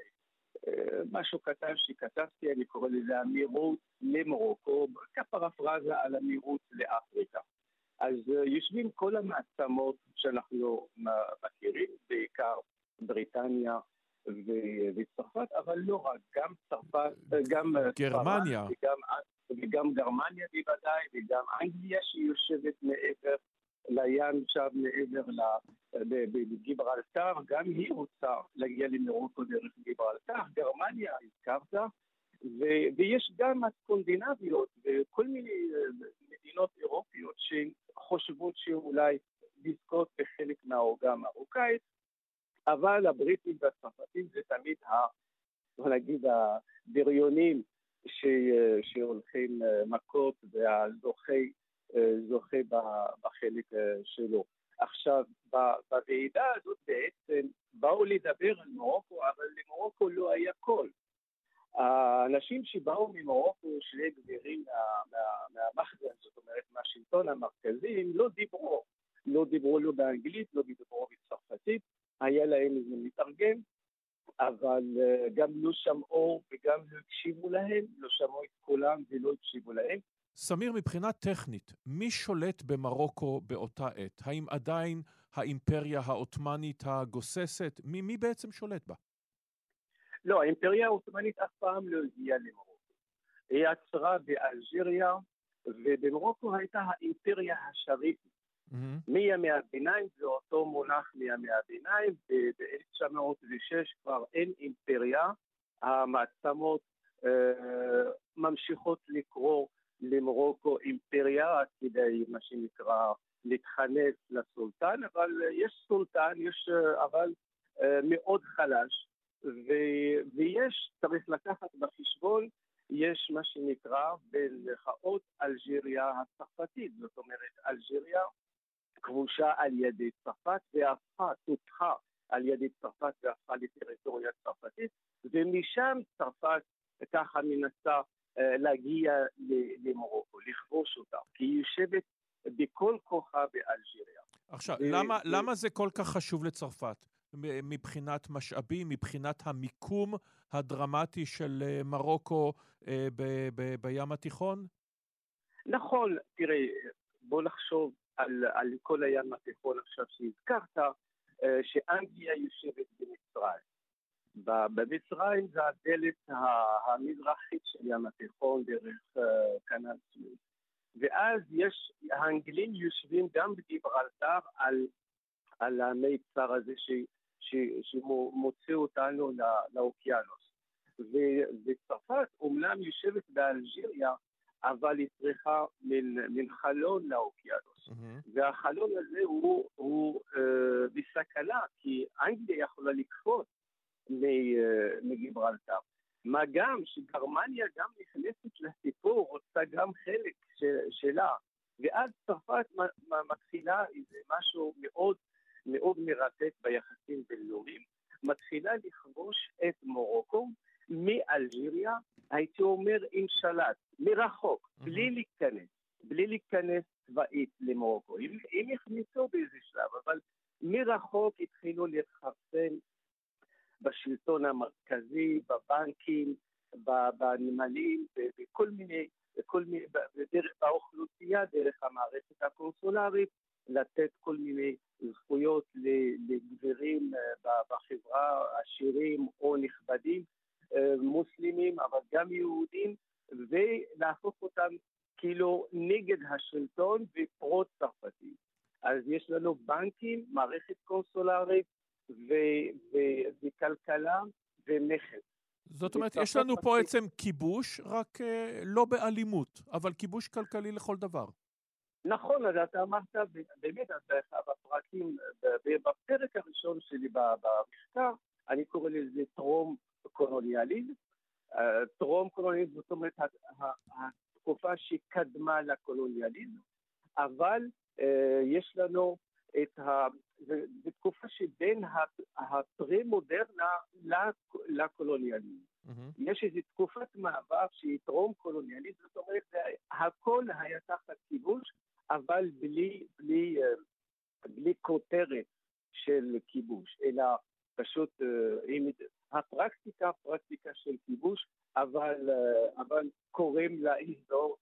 משהו קטן שכתבתי, אני קורא לזה אמירות למרוקו, כפרפרזה על אמירות לאפריקה. אז יושבים כל המעצמות שאנחנו מכירים, בעיקר בריטניה וצרפת, אבל לא רק, גם צרפת, גם גרמניה, וגם, וגם גרמניה בוודאי, וגם אנגליה שיושבת מעבר לים, שם מעבר בגיברלטר, גם היא רוצה להגיע למרוקו דרך גיברלטר, גרמניה הזכרת, ו- ויש גם הסקנדינביות וכל מיני מדינות אירופיות שחושבות שאולי לזכות בחלק מהעוגה המרוקאית, אבל הבריטים והצרפתים זה תמיד, ה- נגיד, הבריונים ש- שהולכים מכות והזוכה זוכה בחלק שלו. עכשיו, בוועידה הזאת בעצם באו לדבר על מרוקו, אבל למרוקו לא היה קול. האנשים שבאו ממרוקו, שני גבירים מהמחזן, זאת אומרת מהשלטון המרכזי, הם לא דיברו. לא דיברו לא באנגלית, לא דיברו בצרפתית, היה להם איזה מתרגם, אבל גם לא שמעו וגם לא הקשיבו להם, לא שמעו את כולם ולא הקשיבו להם. סמיר, מבחינה טכנית, מי שולט במרוקו באותה עת? האם עדיין האימפריה העות'מאנית הגוססת? מי, מי בעצם שולט בה? לא, האימפריה העות'מאנית אף פעם לא הגיעה למרוקו. היא עצרה באלג'יריה, ובמרוקו הייתה האימפריה השריפית. Mm-hmm. מימי הביניים זה אותו מונח מימי הביניים, ב-אלף תשע מאות ושש כבר אין אימפריה, המעצמות אה, ממשיכות לקרוא למרוקו אימפריה כדי מה שנקרא להתחנף לסולטן, אבל יש סולטן, יש אבל אה, מאוד חלש, ו- ויש, צריך לקחת בחשבון, יש מה שנקרא בלחאות אלג'יריה הצרפתית, זאת אומרת אלג'יריה כבושה על ידי צרפת והפכה, תותחה על ידי צרפת והפכה לטריטוריה צרפתית, ומשם צרפת ככה מנסה להגיע למרוקו, לכבוש אותה, כי היא יושבת בכל כוחה באלג'יריה. עכשיו, למה, למה זה כל כך חשוב לצרפת? מבחינת משאבים, מבחינת המיקום הדרמטי של מרוקו ב- ב- בים התיכון? נכון, תראה, בוא לחשוב על, על כל הים התיכון עכשיו שהזכרת, שאנגליה יושבת במצרים. במצרים זה הדלת המזרחית של ים התיכון דרך קנל סואץ. ואז יש, האנגלים יושבים גם בגיברלטר על, על המיצר הזה ש, ש, שמוצא אותנו לא, לאוקיינוס. ו, וצרפת אומנם יושבת באלג'יריה, אבל היא צריכה מן, מן חלון לאוקיינוס. Mm-hmm. והחלון הזה הוא, הוא אה, בסכנה, כי אנגליה יכולה לקפוץ מגיברלטר. מה גם שגרמניה גם נכנסת לסיפור, רוצה גם חלק ש- שלה. ואז צרפת מתחילה איזה משהו מאוד מאוד מרתק ביחסים בינלאומיים, מתחילה לכבוש את מרוקו מאלג'יריה, הייתי אומר עם שלט, מרחוק, mm-hmm. בלי להיכנס, בלי להיכנס צבאית למרוקו. הם, הם הכניסו באיזה שלב, אבל מרחוק התחילו להתחרפן בשלטון המרכזי, בבנקים, בנמלים, בכל מיני, בכל מיני, בדרך האוכלוסייה, דרך המערכת הקונסולרית, לתת כל מיני זכויות לגברים בחברה, עשירים או נכבדים, מוסלמים, אבל גם יהודים, ולהפוך אותם כאילו נגד השלטון ופרו צרפתי. אז יש לנו בנקים, מערכת קונסולרית, ו- ו- וכלכלה ומכס. זאת אומרת, יש לנו פה בעצם כיבוש, רק uh, לא באלימות, אבל כיבוש כלכלי לכל דבר. נכון, אז אתה אמרת, באמת, בפרקים, בפרק הראשון שלי במחקר, אני קורא לזה טרום קולוניאליזם. טרום קולוניאליזם, זאת אומרת, התקופה שקדמה לקולוניאליזם, אבל uh, יש לנו את ה... זה, זה תקופה שבין הפרה-מודרנה לקולוניאליזם. Mm-hmm. יש איזו תקופת מעבר שהיא טרום קולוניאליזם, זאת אומרת, הכל היה תחת כיבוש, אבל בלי, בלי, בלי כותרת של כיבוש, אלא פשוט הפרקטיקה, הפרקטיקה של כיבוש, אבל, אבל קוראים לאזור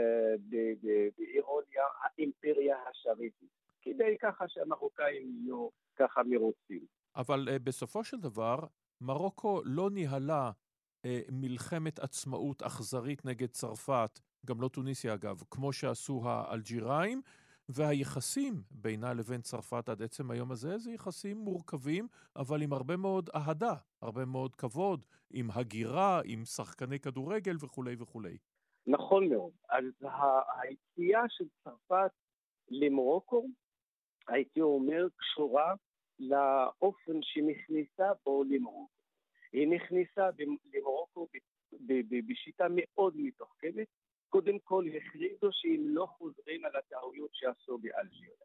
באירוניה האימפריה השריפית. כדי ככה שהמרוקאים יהיו ככה מרוצים. אבל uh, בסופו של דבר, מרוקו לא ניהלה uh, מלחמת עצמאות אכזרית נגד צרפת, גם לא טוניסיה אגב, כמו שעשו האלג'יראים, והיחסים בינה לבין צרפת עד עצם היום הזה, זה יחסים מורכבים, אבל עם הרבה מאוד אהדה, הרבה מאוד כבוד, עם הגירה, עם שחקני כדורגל וכו' וכו'. נכון מאוד. אז היציאה של צרפת למרוקו, הייתי אומר, קשורה לאופן שנכניסה בו למרוקו. היא נכניסה למרוקו בשיטה מאוד מתוחכמת. קודם כל הכריזו שהם לא חוזרים על הטעויות שעשו באלג'יריה.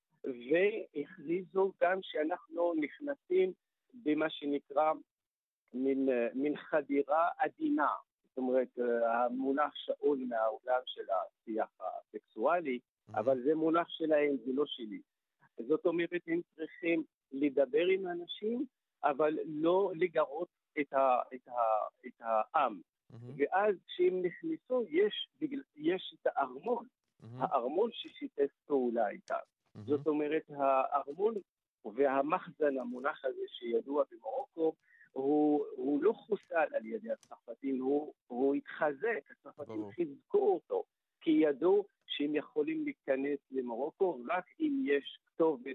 והכריזו גם שאנחנו נכנסים במה שנקרא מן, מן חדירה עדינה. זאת אומרת, המונח שאול מהעולם של השיח הסקסואלי, אבל זה מונח שלהם, זה לא שלי. זאת אומרת, הם צריכים לדבר עם אנשים, אבל לא לגרות את, ה, את, ה, את העם. Mm-hmm. ואז כשהם נכנסו, יש, יש את הארמון, mm-hmm. הארמון ששיתף פעולה איתם. Mm-hmm. זאת אומרת, הארמון והמחזן, המונח הזה שידוע במרוקו, הוא, הוא לא חוסל על ידי הצרפתים, הוא, הוא התחזק, הצרפתים חיזקו אותו, כי ידעו שהם יכולים להיכנס למרוקו רק אם יש כתובת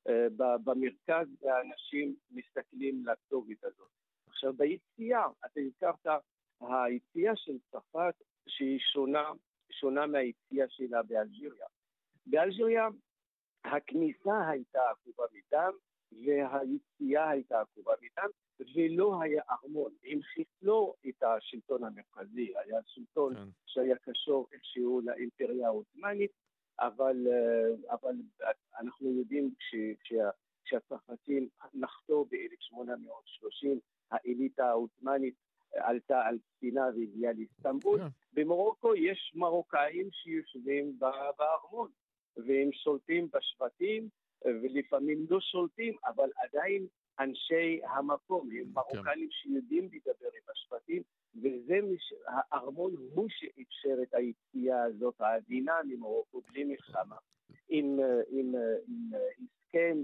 במרכז, והאנשים מסתכלים לכתובת הזאת. עכשיו, ביציאה, אתה הזכרת, היציאה של צרפת שהיא שונה, שונה מהיציאה שלה באלג'יריה. באלג'יריה הכניסה הייתה עקובה מדם, והיציאה הייתה עקובה מדם, ולא היה ארמון. הם חיסלו את השלטון המרכזי, היה שלטון כן. שהיה קשור איכשהו לאימפריה העות'מאנית, אבל, אבל אנחנו יודעים כשהצרפתים נחתו ב-אלף שמונה מאות ושלושים, האליטה העות'מאנית עלתה על ספינה והגיעה לאיסטנבול. כן. במרוקו יש מרוקאים שיושבים בארמון, והם שולטים בשבטים, ולפעמים לא שולטים, אבל עדיין אנשי המקום, הם מרוקאים שיודעים לדבר עם השבטים, וזה מש... הארמון הוא שאפשר את היציאה הזאת העדינה ממרוקו בלי מלחמה, עם, עם, עם הסכם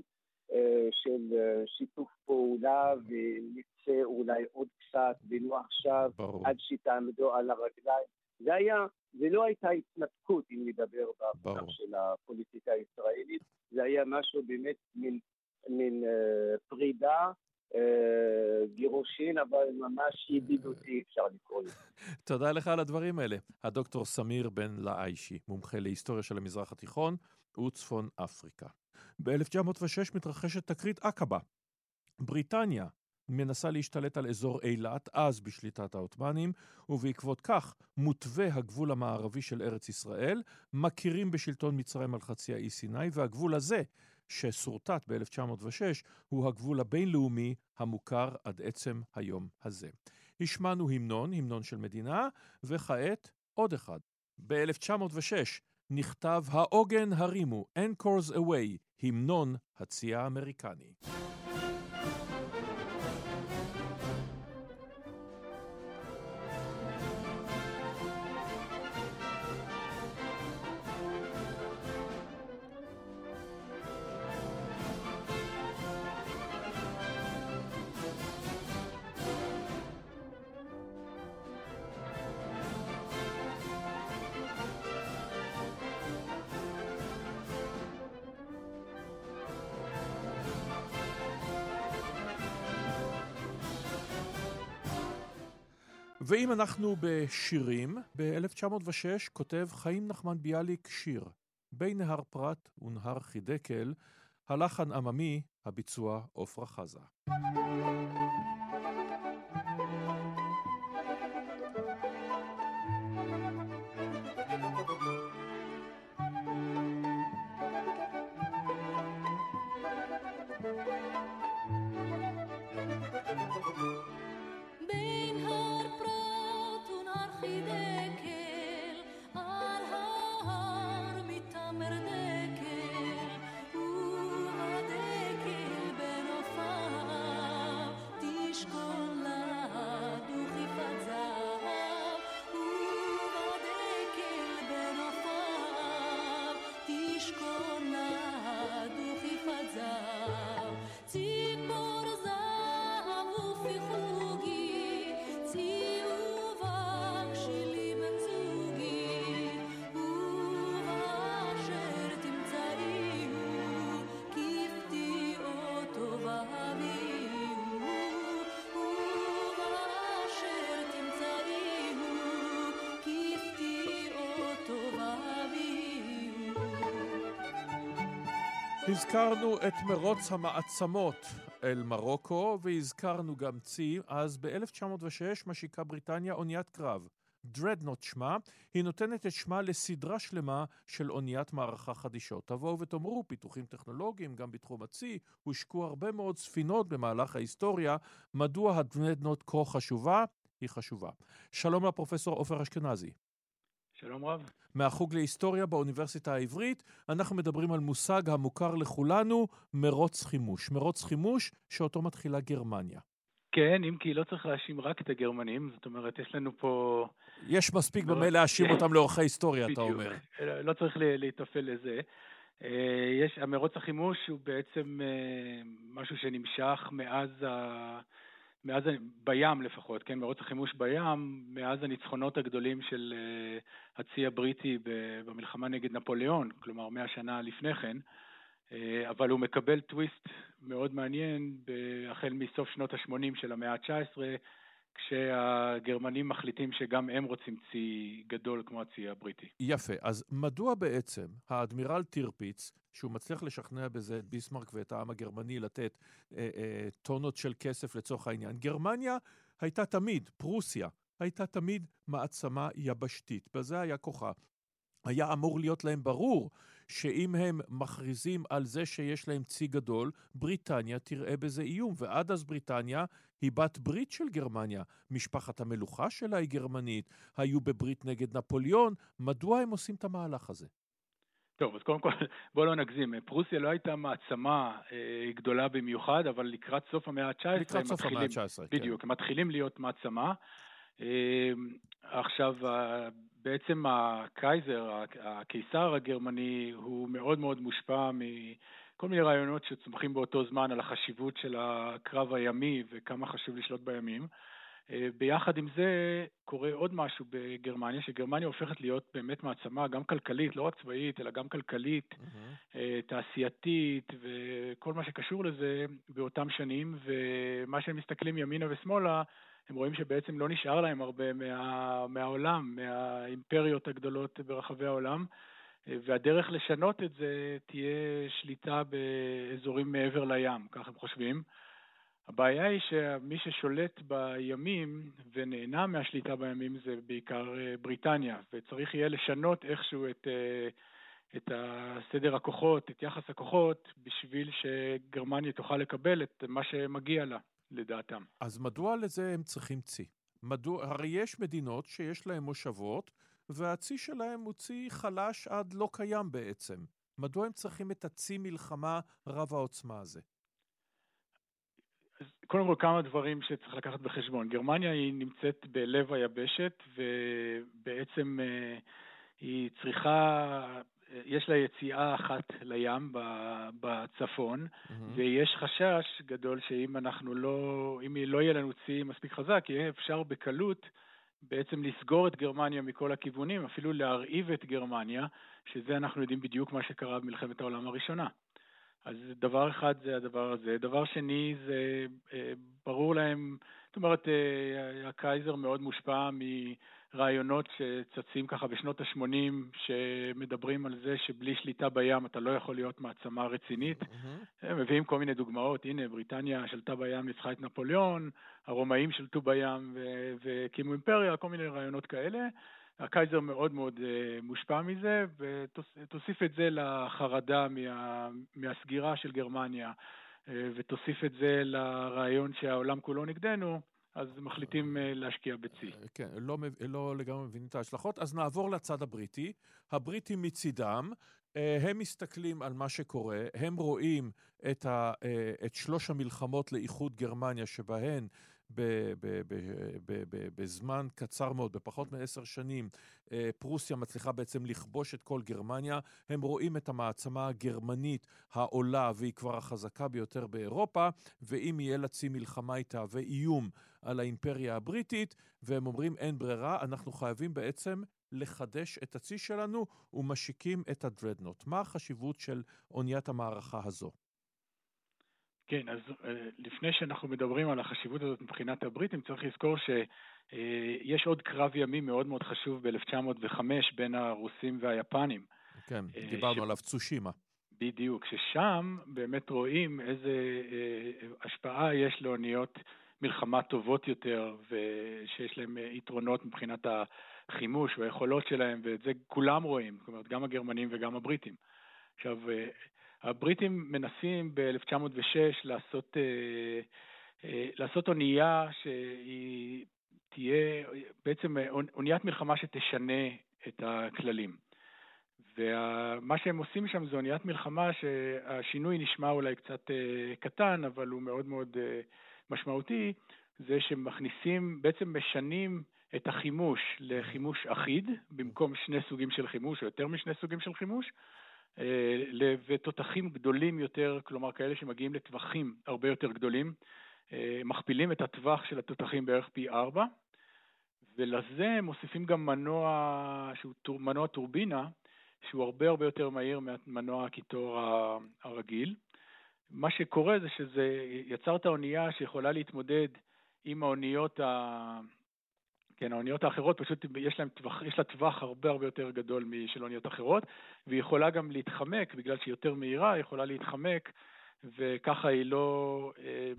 של שיתוף פעולה, ונצא אולי עוד קצת, ולא עכשיו, ברור. עד שתעמדו על הרגליים. זה היה, זה לא הייתה התנתקות, אם נדבר במובן של הפוליטיקה הישראלית, זה היה משהו באמת מן, מן uh, פרידה, uh, גירושין, אבל ממש ידידותי, אפשר לקרוא לזה. תודה לך על הדברים האלה. הדוקטור סמיר בן לאיישי, מומחה להיסטוריה של המזרח התיכון וצפון אפריקה. ב-אלף תשע מאות ושש מתרחשת תקרית עקבה. בריטניה מנסה להשתלט על אזור אילת, אז בשליטת העות'מאנים, ובעקבות כך מותווה הגבול המערבי של ארץ ישראל, מכירים בשלטון מצרים על חצי האי סיני, והגבול הזה, שסורטט ב-אלף תשע מאות ושש, הוא הגבול הבינלאומי המוכר עד עצם היום הזה. השמענו המנון, המנון של מדינה, וכעת עוד אחד. ב-אלף תשע מאות ושש נכתב העוגן הרימו, Anchors Away, המנון הצי האמריקני. ואם אנחנו בשירים, ב-אלף תשע מאות ושש כותב חיים נחמן ביאליק שיר, בין נהר פרת ונהר חידקל, הלחן עממי, הביצוע עופרה חזה. הזכרנו את מרוץ המעצמות אל מרוקו, והזכרנו גם צי, אז ב-אלף תשע מאות ושש משיקה בריטניה אוניית קרב. דרדנוט שמה, היא נותנת את שמה לסדרה שלמה של אוניית מערכה חדישות. תבואו ותאמרו, פיתוחים טכנולוגיים, גם בתחום הצי, הושקו הרבה מאוד ספינות במהלך ההיסטוריה. מדוע הדרדנוט כה חשובה? היא חשובה. שלום לפרופסור עופר אשכנזי. שלום רב. מהחוג להיסטוריה באוניברסיטה העברית, אנחנו מדברים על מושג המוכר לכולנו, מרוץ חימוש. מרוץ חימוש שאותו מתחילה גרמניה. כן, אם כי לא צריך להאשים רק את הגרמנים, זאת אומרת, יש לנו פה... יש מספיק במה להאשים אותם לאורך ההיסטוריה, אתה אומר. לא צריך להתאפל לזה. יש, המרוץ החימוש הוא בעצם משהו שנמשך מאז ה... מאז, בים לפחות, כן, מרוץ החימוש בים, מאז הניצחונות הגדולים של uh, הצי הבריטי במלחמה נגד נפוליאון, כלומר מאה שנה לפני כן, אבל הוא מקבל טוויסט מאוד מעניין החל מסוף שנות ה-שמונים של המאה ה-תשע עשרה, כשהגרמנים מחליטים שגם הם רוצים צי גדול כמו הצי הבריטי. יפה, אז מדוע בעצם האדמירל טירפיץ, שהוא מצליח לשכנע בזה את ביסמרק ואת העם הגרמני לתת אה, אה, טונות של כסף לצורך העניין, גרמניה הייתה תמיד, פרוסיה, הייתה תמיד מעצמה יבשתית, בזה היה כוחה. היה אמור להיות להם ברור שאם הם מכריזים על זה שיש להם צי גדול, בריטניה תראה בזה איום, ועד אז בריטניה היא בת ברית של גרמניה. משפחת המלוכה שלה היא גרמנית, היו בברית נגד נפוליאון. מדוע הם עושים את המהלך הזה? טוב, אז קודם כל, בוא לא נגזים. פרוסיה לא הייתה מעצמה אה, גדולה במיוחד, אבל לקראת סוף המאה ה-תשע עשרה, לקראת סוף המאה ה-תשע עשרה, בדיוק, הם מתחילים להיות מעצמה. אה, עכשיו, בעצם הקייזר, הקיסר הגרמני, הוא מאוד מאוד מושפע מכל מיני רעיונות שצומחים באותו זמן על החשיבות של הקרב הימי וכמה חשוב לשלוט בימים. ביחד עם זה קורה עוד משהו בגרמניה, שגרמניה הופכת להיות באמת מעצמה, גם כלכלית, לא רק צבאית, אלא גם כלכלית, mm-hmm. תעשייתית וכל מה שקשור לזה באותם שנים, ומה שהם מסתכלים ימינה ושמאלה, הם רואים שבעצם לא נשאר להם הרבה מה, מהעולם, מהאימפריות הגדולות ברחבי העולם, והדרך לשנות את זה תהיה שליטה באזורים מעבר לים, כך הם חושבים. הבעיה היא שמי ששולט בימים ונהנה מהשליטה בימים זה בעיקר בריטניה, וצריך יהיה לשנות איכשהו את, את הסדר הכוחות, את יחס הכוחות, בשביל שגרמניה תוכל לקבל את מה שמגיע לה. לדעתם. אז מדוע לזה הם צריכים צי? מדוע, הרי יש מדינות שיש להם מושבות, והצי שלהם הוא צי חלש עד לא קיים בעצם. מדוע הם צריכים את הצי מלחמה רב העוצמה הזה? אז קודם כל כמה דברים שצריך לקחת בחשבון. גרמניה היא נמצאת בלב היבשת, ובעצם היא צריכה... יש לה יציאה אחת לים בצפון, mm-hmm. ויש חשש גדול שאם אנחנו לא, אם לא יהיה לנו צי מספיק חזק, יהיה אפשר בקלות בעצם לסגור את גרמניה מכל הכיוונים, אפילו להרעיב את גרמניה, שזה אנחנו יודעים בדיוק מה שקרה במלחמת העולם הראשונה. אז דבר אחד זה הדבר הזה. דבר שני זה ברור להם, זאת אומרת, הקייזר מאוד מושפע מ... רעיונות שצצים ככה בשנות ה-שמונים שמדברים על זה שבלי שליטה בים אתה לא יכול להיות מעצמה רצינית. Mm-hmm. הם מביאים כל מיני דוגמאות, הנה בריטניה שלטה בים, ניצחה את נפוליאון, הרומאים שלטו בים והקימו אימפריה, כל מיני רעיונות כאלה. הקייזר מאוד מאוד מושפע מזה, ותוסיף את זה לחרדה מה, מהסגירה של גרמניה, ותוסיף את זה לרעיון שהעולם כולו נגדנו, אז מחליטים להשקיע בצי. כן, לא, לא לגמרי מבינים את ההשלכות. אז נעבור לצד הבריטי. הבריטים מצידם, הם מסתכלים על מה שקורה, הם רואים את, ה, את שלוש המלחמות לאיחוד גרמניה, שבהן ב, ב, ב, ב, ב, בזמן קצר מאוד, בפחות מעשר שנים, פרוסיה מצליחה בעצם לכבוש את כל גרמניה. הם רואים את המעצמה הגרמנית העולה, והיא כבר החזקה ביותר באירופה, ואם יהיה לצי מלחמה איתה ואיום על האימפריה הבריטית, והם אומרים אין ברירה, אנחנו חייבים בעצם לחדש את הצי שלנו ומשיקים את הדרדנוט. מה החשיבות של אוניית המערכה הזו? כן, אז לפני שאנחנו מדברים על החשיבות הזאת מבחינת הבריטים, צריך לזכור שיש עוד קרב ימי מאוד מאוד חשוב ב-אלף תשע מאות וחמש בין הרוסים והיפנים. כן, דיברנו עליו צושימה. בדיוק, ששם באמת רואים איזה השפעה יש לאוניות מלחמה טובות יותר, ושיש להם יתרונות מבחינת החימוש והיכולות שלהם, ואת זה כולם רואים, זאת אומרת, גם הגרמנים וגם הבריטים. עכשיו, הבריטים מנסים ב-אלף תשע מאות ושש לעשות, לעשות אונייה שהיא תהיה בעצם אוניית מלחמה שתשנה את הכללים. ומה שהם עושים שם זו אוניית מלחמה שהשינוי נשמע אולי קצת קטן, אבל הוא מאוד מאוד משמעותי, זה שמכניסים, בעצם משנים את החימוש לחימוש אחיד, במקום שני סוגים של חימוש, או יותר משני סוגים של חימוש, ותותחים גדולים יותר, כלומר כאלה שמגיעים לטווחים הרבה יותר גדולים, מכפילים את הטווח של התותחים בערך פי ארבע, ולזה מוסיפים גם מנוע, שהוא מנוע טורבינה, שהוא הרבה הרבה יותר מהיר מהמנוע הקיטור הרגיל. מה שקורה זה שזה יצר את האונייה שיכולה להתמודד עם האוניות ה... כן, האוניות האחרות, פשוט יש להם טווח, יש לה טווח הרבה הרבה יותר גדול משל אוניות אחרות, והיא יכולה גם להתחמק, בגלל שהיא יותר מהירה, היא יכולה להתחמק, וככה היא לא...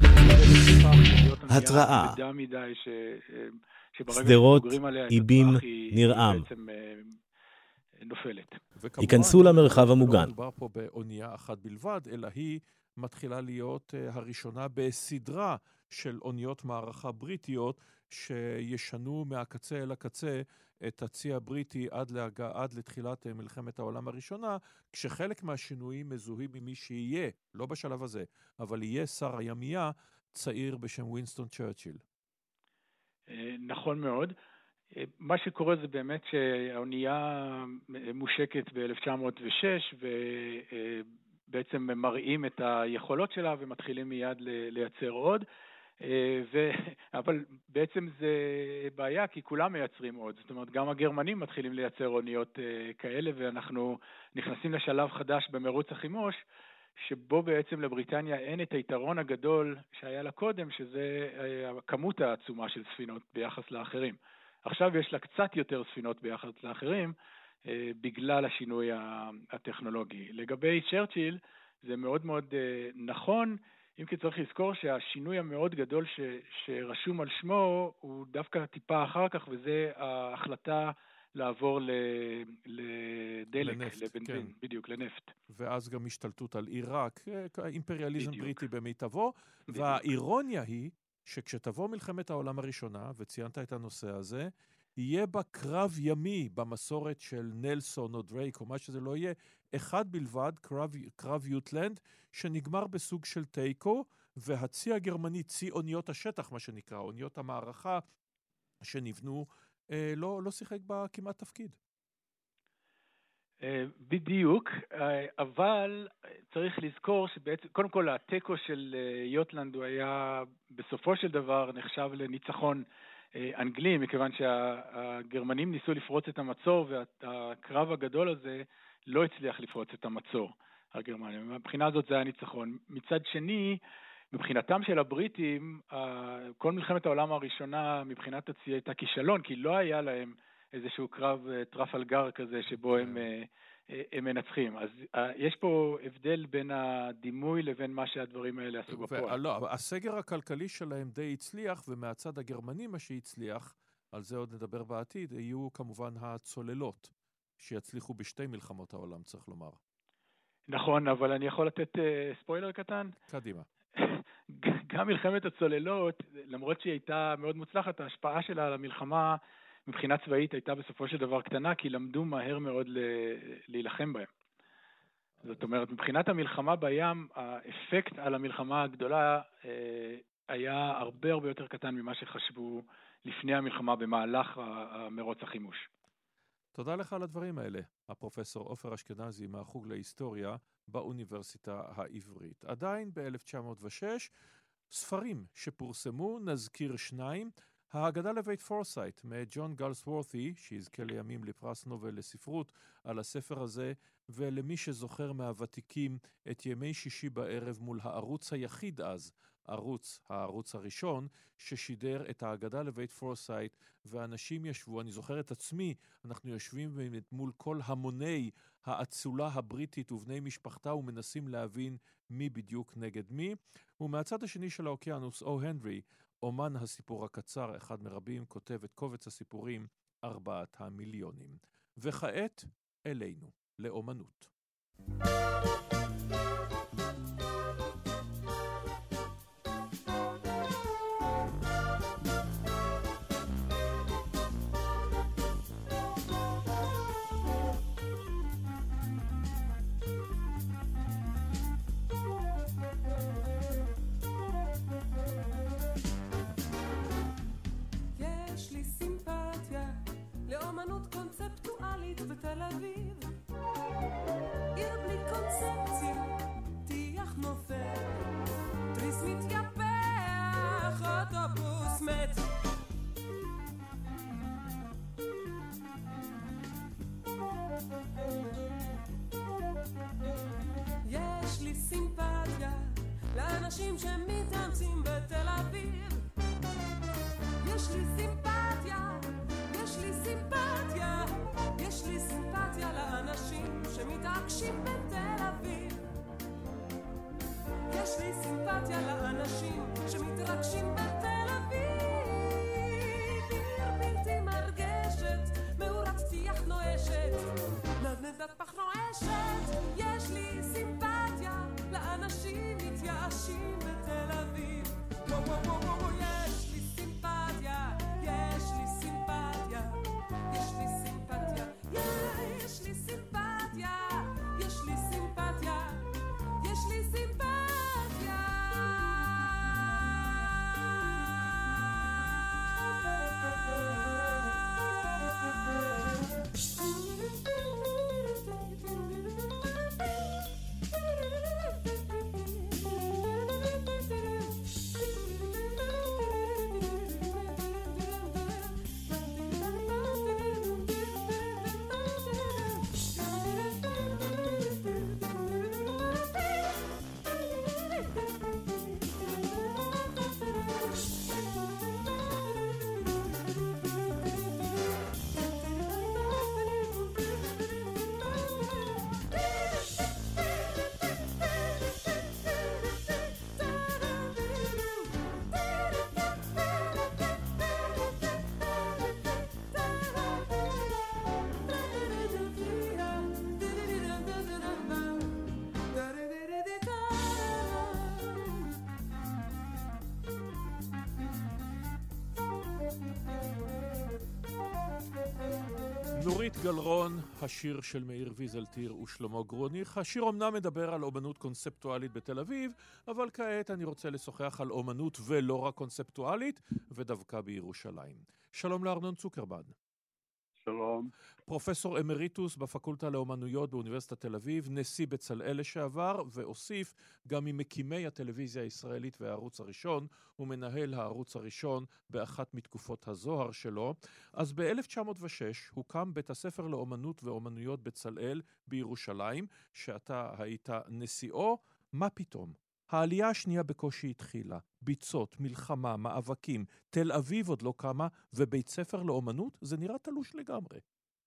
התראה. בדה מדי ש... סדרות, איבים, נרעם. היא בעצם נופלת. ייכנסו למרחב המוגן. לא מדובר פה באונייה אחת בלבד, אלא היא מתחילה להיות הראשונה בסדרה של אוניות מערכה בריטיות, שישנו מהקצה אל הקצה את הצי הבריטי עד, להגע, עד לתחילת מלחמת העולם הראשונה, כשחלק מהשינויים מזוהים ממי שיהיה, לא בשלב הזה, אבל יהיה שר הימייה, צעיר בשם ווינסטון צ'רצ'יל. נכון מאוד. מה שקורה זה באמת שהאונייה מושקת ב-אלף תשע מאות ושש, ובעצם מראים את היכולות שלה ומתחילים מיד לייצר עוד. ו... אבל בעצם זה בעיה כי כולם מייצרים עוד, זאת אומרת גם הגרמנים מתחילים לייצר אוניות כאלה, ואנחנו נכנסים לשלב חדש במרוץ החימוש, שבו בעצם לבריטניה אין את היתרון הגדול שהיה לה קודם, שזה הכמות העצומה של ספינות ביחס לאחרים. עכשיו יש לה קצת יותר ספינות ביחס לאחרים, בגלל השינוי הטכנולוגי. לגבי צ'רצ'יל זה מאוד מאוד נכון, אם כי צריך לזכור שהשינוי המאוד גדול ש, שרשום על שמו הוא דווקא טיפה אחר כך, וזה ההחלטה לעבור ל, לדלק, לנפט, לבנזין, כן. בדיוק, לנפט. ואז גם השתלטות על עיראק, אימפריאליזם בדיוק. בריטי במיטבו, בדיוק. והאירוניה היא שכשתבוא מלחמת העולם הראשונה, וציינת את הנושא הזה, יהיה בה קרב ימי במסורת של נלסון או דרייק או מה שזה לא יהיה, אחד בלבד, קרב, קרב יוטלנד, שנגמר בסוג של טייקו, והצי הגרמני, צי אוניות השטח, מה שנקרא, אוניות המערכה, שנבנו, אה, לא, לא שיחק בה כמעט תפקיד. בדיוק, אבל צריך לזכור שבעצם, קודם כל, הטייקו של יוטלנד הוא היה בסופו של דבר נחשב לניצחון אנגלי, מכיוון שהגרמנים ניסו לפרוץ את המצור, והקרב הגדול הזה לא הצליח לפרוץ את המצור הגרמני. מבחינה הזאת זה היה ניצחון. מצד שני, מבחינתם של הבריטים, כל מלחמת העולם הראשונה מבחינת הצי הייתה כישלון, כי לא היה להם איזשהו קרב טרפלגר כזה שבו הם, הם מנצחים. אז יש פה הבדל בין הדימוי לבין מה שהדברים האלה עשו בפועל. לא, הסגר הכלכלי שלהם די הצליח, ומהצד הגרמני מה שהצליח, על זה עוד נדבר בעתיד, יהיו כמובן הצוללות, שיצליחו בשתי מלחמות העולם, צריך לומר. נכון, אבל אני יכול לתת uh, ספוילר קטן? קדימה. גם מלחמת הצוללות, למרות שהיא הייתה מאוד מוצלחת, ההשפעה שלה על המלחמה מבחינה צבאית הייתה בסופו של דבר קטנה, כי למדו מהר מאוד ל- להילחם בהם. זאת אומרת, מבחינת המלחמה בים, האפקט על המלחמה הגדולה אה, היה הרבה הרבה יותר קטן ממה שחשבו לפני המלחמה במהלך המרוץ החימוש. תודה לך על הדברים האלה, הפרופסור עופר אשכנזי מהחוג להיסטוריה באוניברסיטה העברית. עדיין ב-אלף תשע מאות ושש, ספרים שפורסמו, נזכיר שניים, ההגדה לבית פורסייט מג'ון גלסוורתי, שיזכה לימים לפרס נובל לספרות על הספר הזה, ולמי שזוכר מהוותיקים את ימי שישי בערב מול הערוץ היחיד אז, ערוץ, הערוץ הראשון, ששידר את ההגדה לבית פורסייט, ואנשים ישבו, אני זוכר את עצמי, אנחנו יושבים מול כל המוני האצולה הבריטית ובני משפחתה, ומנסים להבין מי בדיוק נגד מי. ומהצד השני של האוקיינוס, או הנדרי, אומן הסיפור הקצר, אחד מרבים, כותב את קובץ הסיפורים ארבעת המיליונים. וכעת אלינו, לאומנות. לאומנות קונספטואלית בתל אביב, עיר בלי קונספט לאנשים שמתאמצים בתל אביב. יש לי סימפתיה, יש לי סימפתיה, יש לי סימפתיה לאנשים שמתעקשים בתל אביב. יש לי סימפתיה לאנשים שמתרגשים בתל אביב. עיר בלתי מרגשת, מאורת טיח נואשת, נדנדת פח נואשת. יש לי סימפתיה לאנשים מתייאשים בתל אביב. וואו וואו וואו וואו, יש לי סימפתיה, יש לי סימפתיה, יש לי סימפתיה, יש לי סימפתיה, יש לי סימפתיה, יש לי סימפתיה. נורית גלרון, השיר של מאיר ויזלטיר ושלמה גרוניך. השיר אומנם מדבר על אומנות קונספטואלית בתל אביב, אבל כעת אני רוצה לשוחח על אומנות ולא רק קונספטואלית, ודווקא בירושלים. שלום לארנון צוקרמן. שלום. פרופסור אמריטוס בפקולטה לאומנויות באוניברסיטת תל אביב, נשיא בצלאל לשעבר, ואוסיף גם ממקימי הטלוויזיה הישראלית והערוץ הראשון, ומנהל הערוץ הראשון באחת מתקופות הזוהר שלו. אז ב-אלף תשע מאות ושש הוקם בית הספר לאומנות ואומנויות בצלאל בירושלים, שאתה היית נשיאו. מה פתאום? העלייה השנייה בקושי התחילה, ביצות, מלחמה, מאבקים, תל אביב עוד לא קמה, ובית ספר לאומנות זה נראה תלוש לגמרי.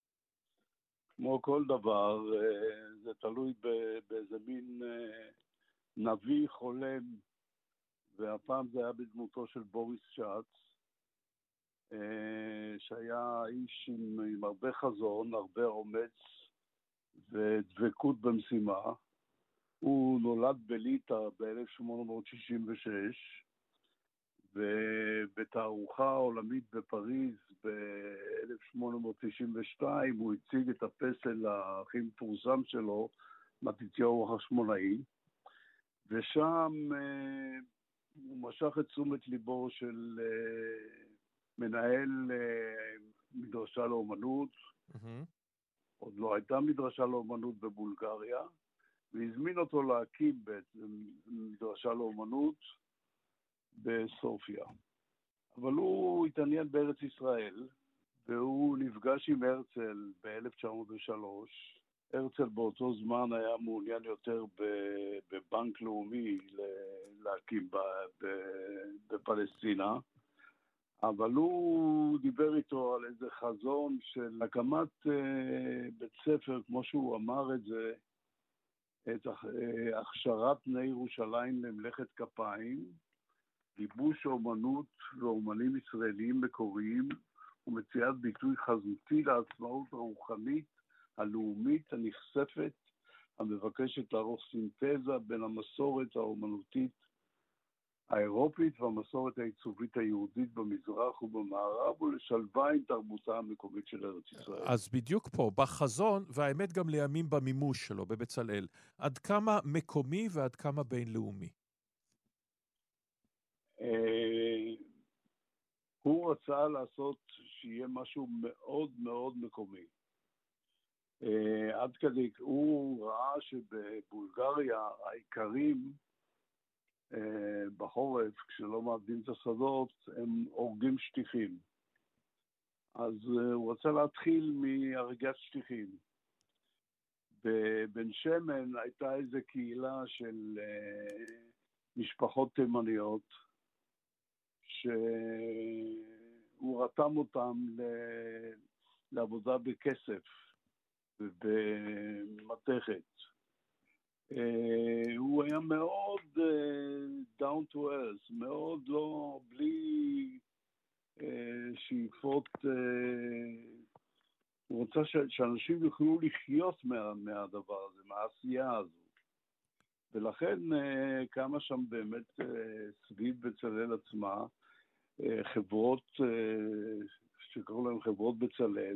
כמו כל דבר, זה תלוי באיזה מין נביא חולם, והפעם זה היה בדמותו של בוריס שץ, שהיה איש עם, עם הרבה חזון, הרבה אומץ ודבקות במשימה. הוא נולד בליטא ב-אלף שמונה מאות שישים ושש, ובתערוכה העולמית בפריז ב-אלף שמונה מאות תשעים ושתיים הוא הציג את הפסל הכי מפורסם שלו, מתתיהו החשמונאי, ושם אה, הוא משך את תשומת ליבו של אה, מנהל אה, מדרשה לאומנות, mm-hmm. עוד לא הייתה מדרשה לאומנות בבולגריה, והזמין אותו להקים בעצם מדרשה לאומנות בסופיה. אבל הוא התעניין בארץ ישראל, והוא נפגש עם הרצל ב-אלף תשע מאות ושלוש. הרצל באותו זמן היה מעוניין יותר בבנק לאומי להקים בפלסטינה, אבל הוא דיבר איתו על איזה חזון של הקמת בית ספר, כמו שהוא אמר את זה, את הכשרת בני ירושלים למלאכת כפיים, גיבוש אומנות ואומנים ישראליים מקוריים, ומציאת ביטוי חזותי לעצמאות הרוחנית הלאומית הנחשפת, המבקשת לערוך סינתזה בין המסורת האומנותית האירופית והמסורת העיצובית היהודית במזרח ובמערב, ולשלבה עם תרבותה המקומית של ארץ ישראל. אז בדיוק פה, בחזון, והאמת גם לימים במימוש שלו, בבצלאל, עד כמה מקומי ועד כמה בינלאומי? הוא רצה לעשות שיהיה משהו מאוד מאוד מקומי. עד כדי, הוא ראה שבבולגריה העיקרים בחורף, כשלא מעבדים את השדות, הם הורגים שטיחים. אז הוא רצה להתחיל מהריגת שטיחים. בבן שמן הייתה איזו קהילה של משפחות תימניות, שהוא רתם אותם לעבודה בכסף ובמתכת. הוא היה מאוד down to earth, מאוד לא, בלי שאיפות, הוא רוצה שאנשים יוכלו לחיות מה, מהדבר הזה, מהעשייה הזו. ולכן קמה שם באמת סביב בצלאל עצמה, חברות שקראו להם חברות בצלאל,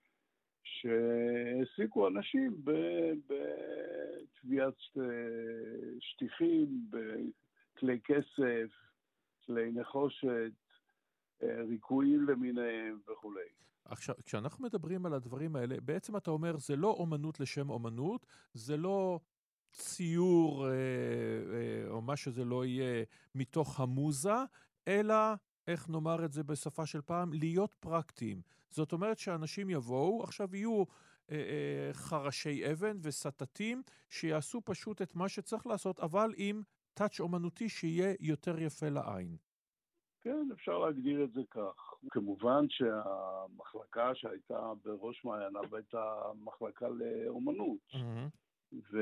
שהעסיקו אנשים בטביעת שטיחים, בכלי כסף, כלי נחושת, ריקויים למיניהם וכו'. עכשיו, כשאנחנו מדברים על הדברים האלה, בעצם אתה אומר, זה לא אומנות לשם אומנות, זה לא ציור אה, אה, או מה שזה לא יהיה מתוך המוזה, אלא, איך נאמר את זה בשפה של פעם, להיות פרקטיים. זאת אומרת שאנשים יבואו, עכשיו יהיו אה, אה, חרשי אבן וסטטים, שיעשו פשוט את מה שצריך לעשות, אבל עם טאץ' אומנותי שיהיה יותר יפה לעין. כן, אפשר להגדיר את זה כך. כמובן שהמחלקה שהייתה בראש מעייניו הייתה מחלקה לאומנות. Mm-hmm. ו...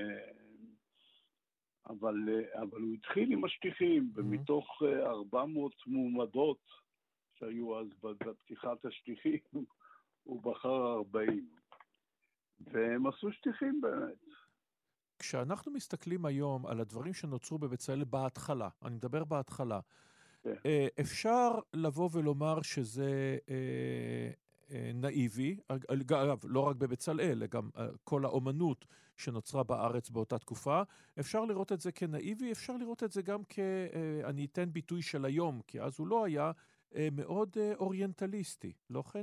אבל, אבל הוא התחיל עם השטיחים, mm-hmm. ומתוך ארבע מאות מועמדות שהיו אז בפתיחת השטיחים, הוא בחר ארבעים. והם עשו שטיחים באמת. כשאנחנו מסתכלים היום על הדברים שנוצרו בבצלאל בהתחלה, אני מדבר בהתחלה, אפשר לבוא ולומר שזה נאיבי, אגב, לא רק בבצלאל, אלא גם כל האומנות שנוצרה בארץ באותה תקופה, אפשר לראות את זה כנאיבי, אפשר לראות את זה גם כ... אני אתן ביטוי של היום, כי אז הוא לא היה מאוד אוריינטליסטי, לא כן?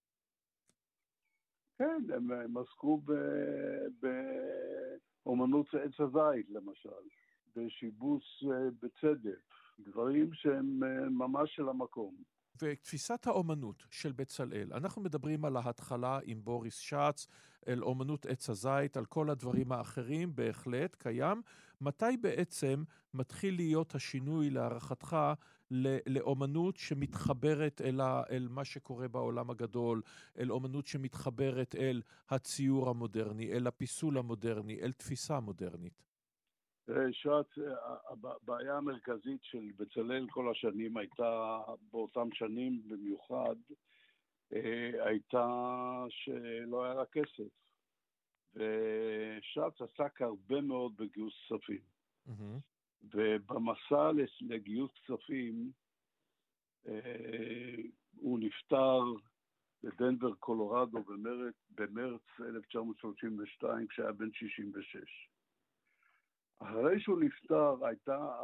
כן, הם עסקו באומנות עץ הזית, למשל, בשיבוש בצדף. דברים שהם ממש של המקום. ותפיסת האומנות של בצלאל, אנחנו מדברים על ההתחלה עם בוריס שץ, על אומנות עץ הזית, על כל הדברים האחרים, בהחלט קיים. מתי בעצם מתחיל להיות השינוי להערכתך לאומנות שמתחברת אל, ה, אל מה שקורה בעולם הגדול, אל אומנות שמתחברת אל הציור המודרני, אל הפיסול המודרני, אל תפיסה מודרנית? שעת, הבעיה המרכזית של בצלאל כל השנים הייתה, באותם שנים במיוחד, הייתה שלא היה לה כסף. ושעת עסק הרבה מאוד בגיוס כספים. Mm-hmm. ובמסע לגיוס כספים, הוא נפטר בדנבר, קולורדו, במרץ, במרץ אלף תשע מאות שלושים ושתיים, כשהיה בן שישים ושש. אחרי שהוא נפטר, הייתה,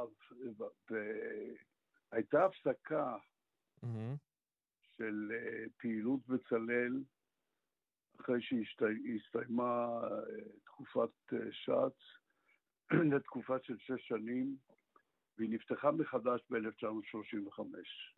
הייתה הפסקה mm-hmm. של פעילות בצלאל, אחרי שהסתיימה תקופת שץ, לתקופה של שש שנים, והיא נפתחה מחדש ב-אלף תשע מאות שלושים וחמש.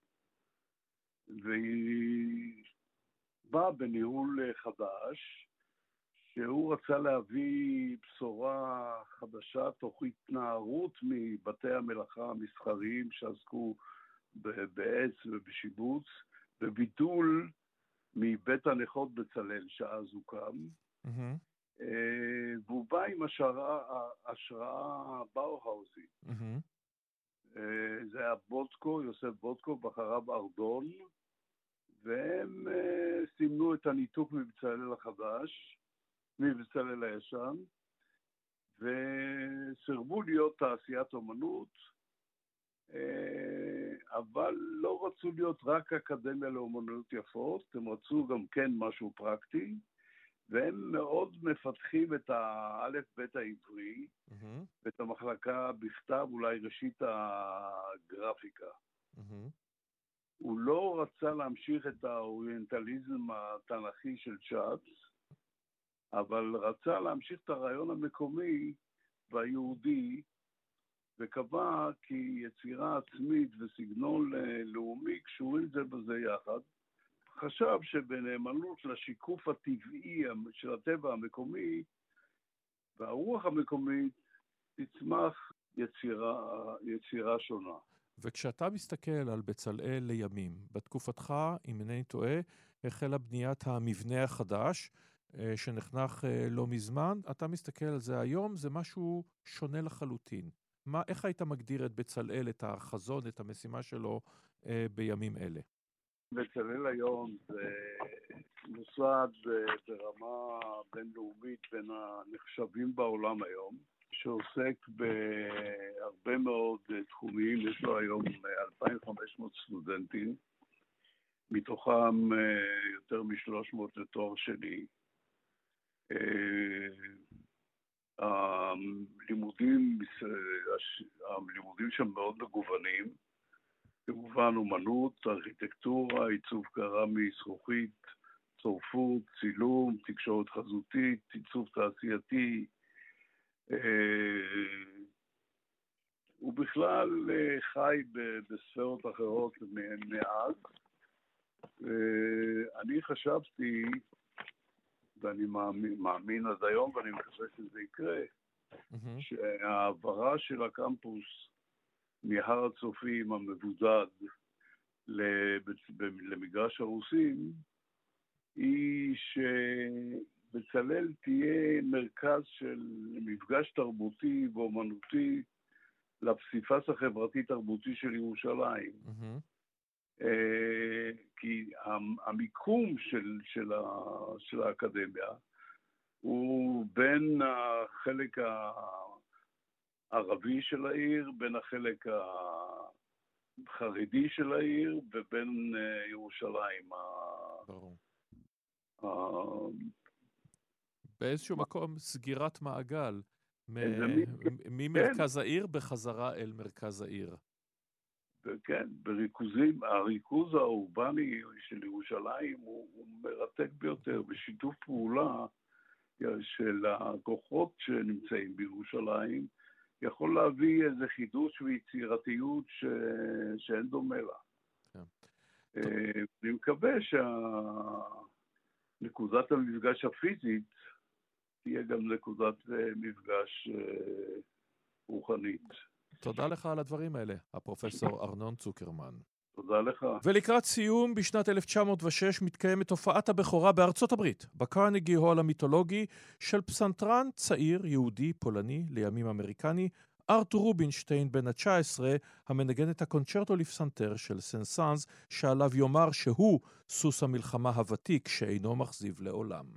והיא באה בניהול חדש, שהוא רצה להביא בשורה חדשה תוך התנערות מבתי המלאכה המסחריים שעסקו בעץ ובשיבוץ, בביטול מבית הנכות בצלאל שאז הוקם, mm-hmm. והוא בא עם השראה, השראה באוהאוזית. Mm-hmm. זה היה בודקו, יוסף בודקו, בחריו ארדון, והם סימנו את הניתוק מבצלאל החדש, מבצלאל הישן, וסרבו להיות תעשיית אומנות, אבל לא רצו להיות רק אקדמיה לאומנות יפות, הם רצו גם כן משהו פרקטי, והם מאוד מפתחים את האלף בית העברי, mm-hmm. ואת המחלקה בכתב, אולי ראשית הגרפיקה. Mm-hmm. הוא לא רצה להמשיך את האוריינטליזם התנ"כי של שץ, אבל רצה להמשיך את הרעיון המקומי והיהודי, וקבע כי יצירה עצמית וסגנון לאומי קשורים זה בזה יחד. חשב שבנאמנות לשיקוף הטבעי של הטבע המקומי, והרוח המקומית תצמח יצירה, יצירה שונה. וכשאתה מסתכל על בצלאל לימים, בתקופתך, אם אינני טועה, החלה בניית המבנה החדש, שנחנך לא מזמן, אתה מסתכל על זה היום, זה משהו שונה לחלוטין. מה, איך היית מגדיר את בצלאל, את החזון, את המשימה שלו בימים אלה? בצלאל היום זה מוסד ברמה בינלאומית בין הנחשבים בעולם היום, שעוסק בהרבה מאוד תחומים. יש לו היום אלפיים וחמש מאות סטודנטים, מתוכם יותר מ-שלוש מאות לתואר שני. הלימודים, הלימודים שם מאוד מגוונים, כמובן אומנות, ארכיטקטורה, עיצוב קרמי, זכוכית, צורפות, צילום, תקשורת חזותית, עיצוב תעשייתי, הוא בכלל חי בספרות אחרות מאז. אני חשבתי, ואני מאמין, מאמין עד היום, ואני מקווה שזה יקרה, mm-hmm. שהעברה של הקמפוס מהר הצופים המבודד למגרש הרוסים, היא שבצלאל תהיה מרכז של מפגש תרבותי ואומנותי לפסיפס החברתי-תרבותי של ירושלים. Mm-hmm. כי המיקום של, של, ה, של האקדמיה הוא בין החלק הערבי של העיר, בין החלק החרדי של העיר, ובין ירושלים. ברור. ה... באיזשהו מקום סגירת מעגל ממרכז העיר בחזרה אל מרכז העיר. כן, בריכוזים, הריכוז האורבני של ירושלים הוא, הוא מרתק ביותר, בשיתוף פעולה של הכוחות שנמצאים בירושלים, יכול להביא איזה חידוש ויצירתיות ש... שאין דומה לה. כן. אני מקווה שנקודת המפגש הפיזית תהיה גם נקודת מפגש רוחנית. תודה לך על הדברים האלה, הפרופסור ארנון צוקרמן. תודה לך. ולקראת סיום, בשנת אלף תשע מאות ושש מתקיימת הופעת הבכורה בארצות הברית, בקרנגי הול המיתולוגי של פסנתרן צעיר יהודי פולני לימים אמריקני, ארתור רובינשטיין בן ה-תשע עשרה, המנגן את הקונצ'רטו לפסנתר של סן-סאנס, שעליו יאמר שהוא סוס המלחמה הוותיק שאינו מחזיב לעולם.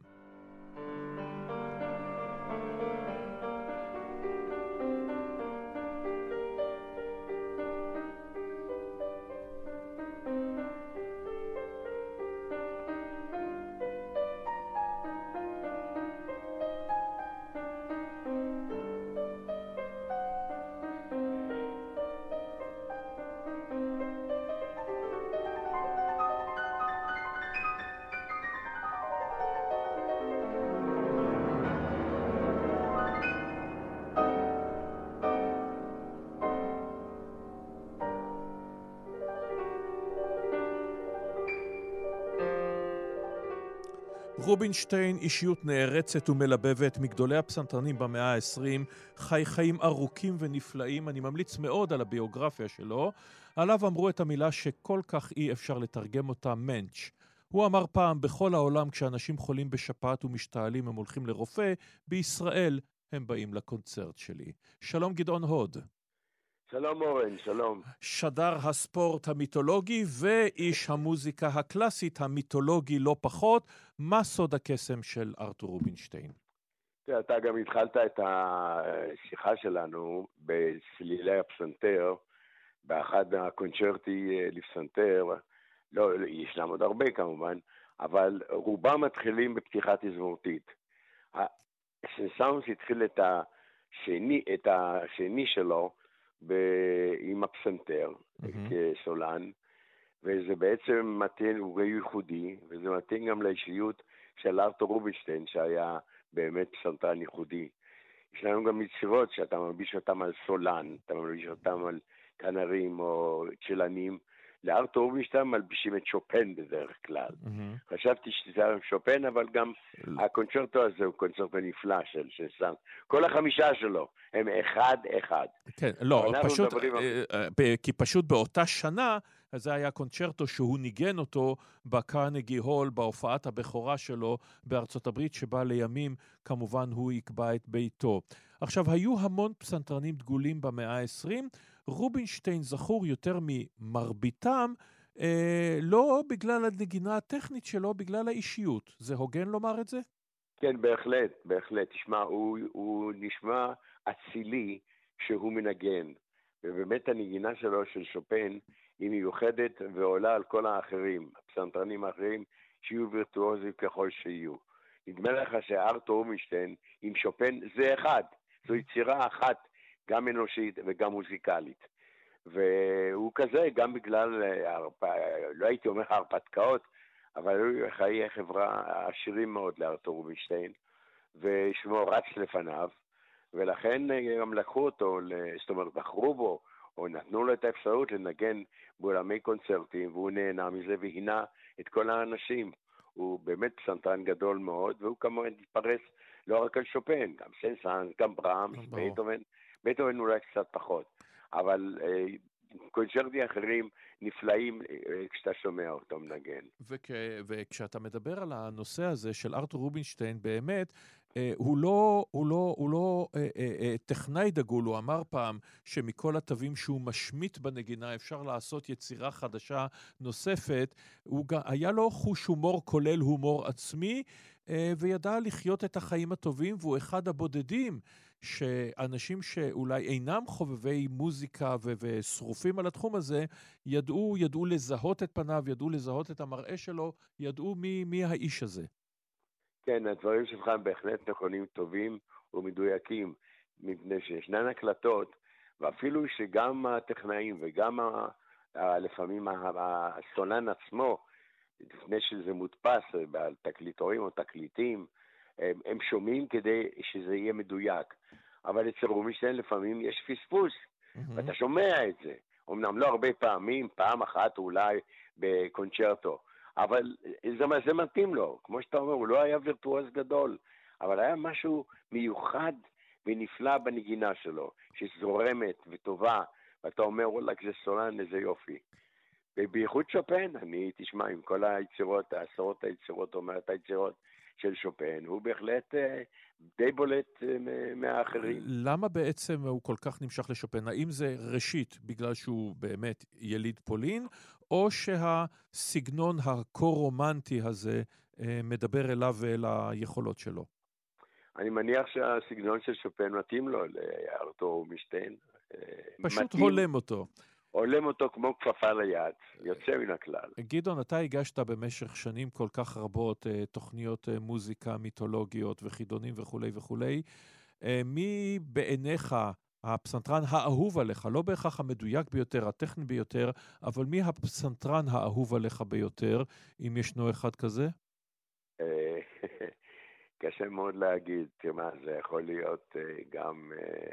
רובינשטיין, אישיות נערצת ומלבבת, מגדולי הפסנתרנים במאה ה-עשרים, חי חיים ארוכים ונפלאים. אני ממליץ מאוד על הביוגרפיה שלו. עליו אמרו את המילה שכל כך אי אפשר לתרגם אותה, מנץ'. הוא אמר פעם, בכל העולם כשאנשים חולים בשפעת ומשתעלים הם הולכים לרופא, בישראל הם באים לקונצרט שלי. שלום גדעון הוד. שלום אורן, שלום. שדר הספורט המיתולוגי ואיש המוזיקה הקלאסית המיתולוגי לא פחות. מה סוד הקסם של ארתור רובינשטיין? אתה גם התחלת את השיחה שלנו בסלילי הפסנתר, באחד הקונצ'רטי לפסנתר, לא, ישנם עוד הרבה כמובן, אבל רובם מתחילים בפתיחת תזמורתית. סן-סאנס התחיל את השני, את השני שלו, ב- עם הפסנתר, mm-hmm. כסולן, וזה בעצם מתאים, הוא ייחודי, וזה מתאים גם לאישיות של ארתור רובינשטיין, שהיה באמת פסנתרן ייחודי. יש לנו גם יצירות שאתה מלביש אותם על סולן, אתה מלביש אותם על כנרים או צ'לנים, לארתור רובינשטיין מלבישים את שופן בדרך כלל. Mm-hmm. חשבתי שזה היה שופן, אבל גם הקונצ'רטו הזה הוא קונצ'רטו נפלא של סנסנס. כל החמישה שלו הם אחד-אחד. כן, לא, פשוט, כי פשוט באותה שנה, זה היה קונצ'רטו שהוא ניגן אותו בקרנגי הול, בהופעת הבכורה שלו בארצות הברית, שבה לימים כמובן הוא יקבע את ביתו. עכשיו, היו המון פסנתרנים דגולים במאה ה-עשרים, רובינשטיין זכור יותר ממרביתם, אה, לא בגלל הנגינה הטכנית שלו, בגלל האישיות. זה הוגן לומר את זה? כן, בהחלט, בהחלט. תשמע, הוא, הוא נשמע אצילי שהוא מנגן, ובאמת הנגינה שלו של שופן היא מיוחדת ועולה על כל האחרים, הפסנתרנים האחרים, שיהיו וירטואוזים ככל שיהיו. נדמה לך שארתור רובינשטיין עם שופן זה אחד, זו יצירה אחת, גם אנושית וגם מוזיקלית. והוא כזה גם בגלל, לא הייתי אומר הרפתקאות, אבל הוא חיי חברה עשירים מאוד לארתור רובינשטיין, ושמו רץ לפניו, ולכן גם לקחו אותו, זאת אומרת, בחרו בו, או נתנו לו את האפשרות לנגן בעולמי קונצרטים, והוא נהנה מזה והינה את כל האנשים. הוא באמת פסנתרן גדול מאוד, והוא כמובן התפרס לא רק על שופן, גם סנסנס, גם ברהמס, בייטהובן, בייטהובן אולי קצת פחות, אבל אה, קונצ'רטים אחרים נפלאים אה, כשאתה שומע אותו מנגן. וכ... וכשאתה מדבר על הנושא הזה של ארתור רובינשטיין, באמת, אה, הוא לא, הוא לא, הוא לא אה, אה, אה, טכנאי דגול, הוא אמר פעם שמכל התווים שהוא משמיט בנגינה אפשר לעשות יצירה חדשה נוספת, הוא גם, היה לו חוש הומור כולל הומור עצמי, אה, וידע לחיות את החיים הטובים, והוא אחד הבודדים שאנשים שאולי אינם חובבי מוזיקה ו- ושרופים על התחום הזה, ידעו, ידעו לזהות את פניו, ידעו לזהות את המראה שלו, ידעו מי, מי האיש הזה. כן, הדברים שלך בהחלט נכונים, טובים ומדויקים, מפני שישנן הקלטות, ואפילו שגם הטכנאים וגם ה- ה- לפעמים ה- הסולן עצמו, לפני שזה מודפס על תקליטורים או תקליטים, הם, הם שומעים כדי שזה יהיה מדויק. אבל אצל רובינשטיין לפעמים יש פספוס, mm-hmm. ואתה שומע את זה. אמנם לא הרבה פעמים, פעם אחת אולי בקונצ'רטו, אבל זה, זה מתאים לו. כמו שאתה אומר, הוא לא היה וירטואוז גדול, אבל היה משהו מיוחד ונפלא בנגינה שלו, שזורמת וטובה, ואתה אומר, וואלה, זה סולן, איזה יופי. ובייחוד שופן, אני תשמע, עם כל היצירות, העשרות היצירות, אומרת היצירות, של שופן, הוא בהחלט אה, די בולט אה, מהאחרים. למה בעצם הוא כל כך נמשך לשופן? האם זה ראשית בגלל שהוא באמת יליד פולין, או שהסגנון הקו-רומנטי הזה אה, מדבר אליו ואל היכולות שלו? אני מניח שהסגנון של שופן מתאים לו לארתור רובינשטיין. פשוט מתאים, הולם אותו. הולם אותו כמו כפפה ליד, יוצא מן הכלל. גדעון, אתה הגשת במשך שנים כל כך רבות תוכניות מוזיקה, מיתולוגיות וחידונים וכו' וכו'. מי בעיניך הפסנתרן האהוב עליך, לא בהכרח המדויק ביותר, הטכני ביותר, אבל מי הפסנתרן האהוב עליך ביותר, אם ישנו אחד כזה? קשה מאוד להגיד, תראה, זה יכול להיות גם...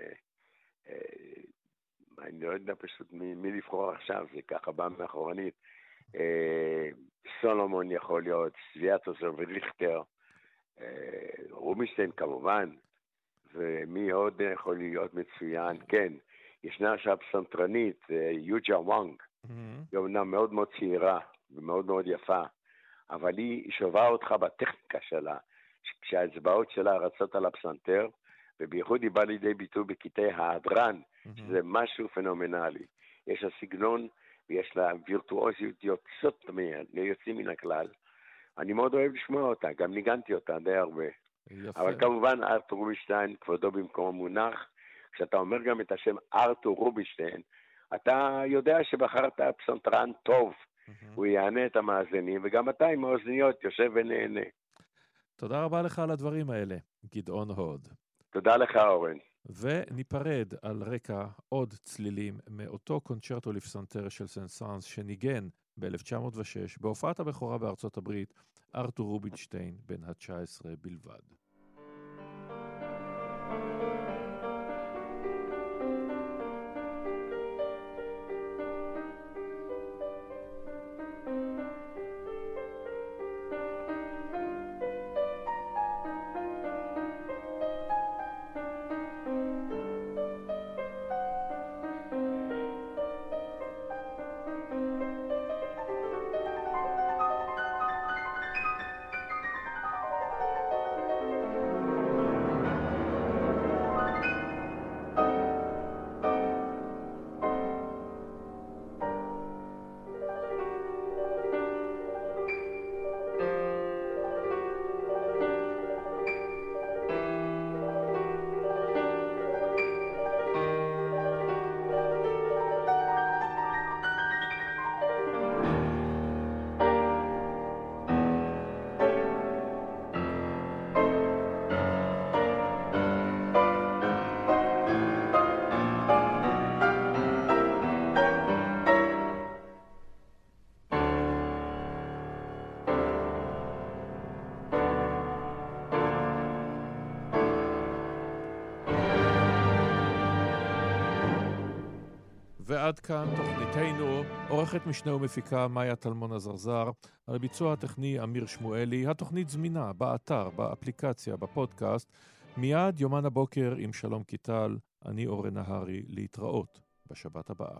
אני לא יודע פשוט מי, מי לבחור עכשיו, זה ככה בא מאחורנית. אה, סולומון יכול להיות, סוויאטוסר וליכטר, אה, רובינשטיין כמובן, ומי עוד יכול להיות מצוין? כן, ישנה עכשיו פסנתרנית, אה, יוג'ה וואנג, mm-hmm. היא אומנם מאוד מאוד צעירה ומאוד מאוד יפה, אבל היא שווה אותך בטכניקה שלה, כשהאצבעות שלה רצות על הפסנתר, ובייחוד היא באה לידי ביטוי בקטעי ההדרן, שזה משהו פנומנלי. יש לה סגנון ויש לה וירטואוזיות יוצאות יוצאים מן הכלל. אני מאוד אוהב לשמוע אותה, גם ניגנתי אותה די הרבה. יפה. אבל כמובן ארתור רובינשטיין, כבודו במקום המונח, כשאתה אומר גם את השם ארתור רובינשטיין, אתה יודע שבחרת פסנתרן טוב, הוא יענה את המאזינים, וגם אתה עם האוזניות יושב ונהנה. תודה רבה לך על הדברים האלה, גדעון הוד. תודה לך, אורן. וניפרד על רקע עוד צלילים מאותו קונצ'רטו לפסנתר של סנסנס שניגן ב-אלף תשע מאות ושש בהופעת הבכורה בארצות הברית, ארתור רובינשטיין בן ה-תשע עשרה בלבד. ועד כאן תוכניתנו, עורכת משנה ומפיקה מאיה טלמון הזרזר, על ביצוע הטכני אמיר שמואלי. התוכנית זמינה באתר, באפליקציה, בפודקאסט. מיד יומן הבוקר עם שלום קיטל, אני אורן נהרי, להתראות בשבת הבאה.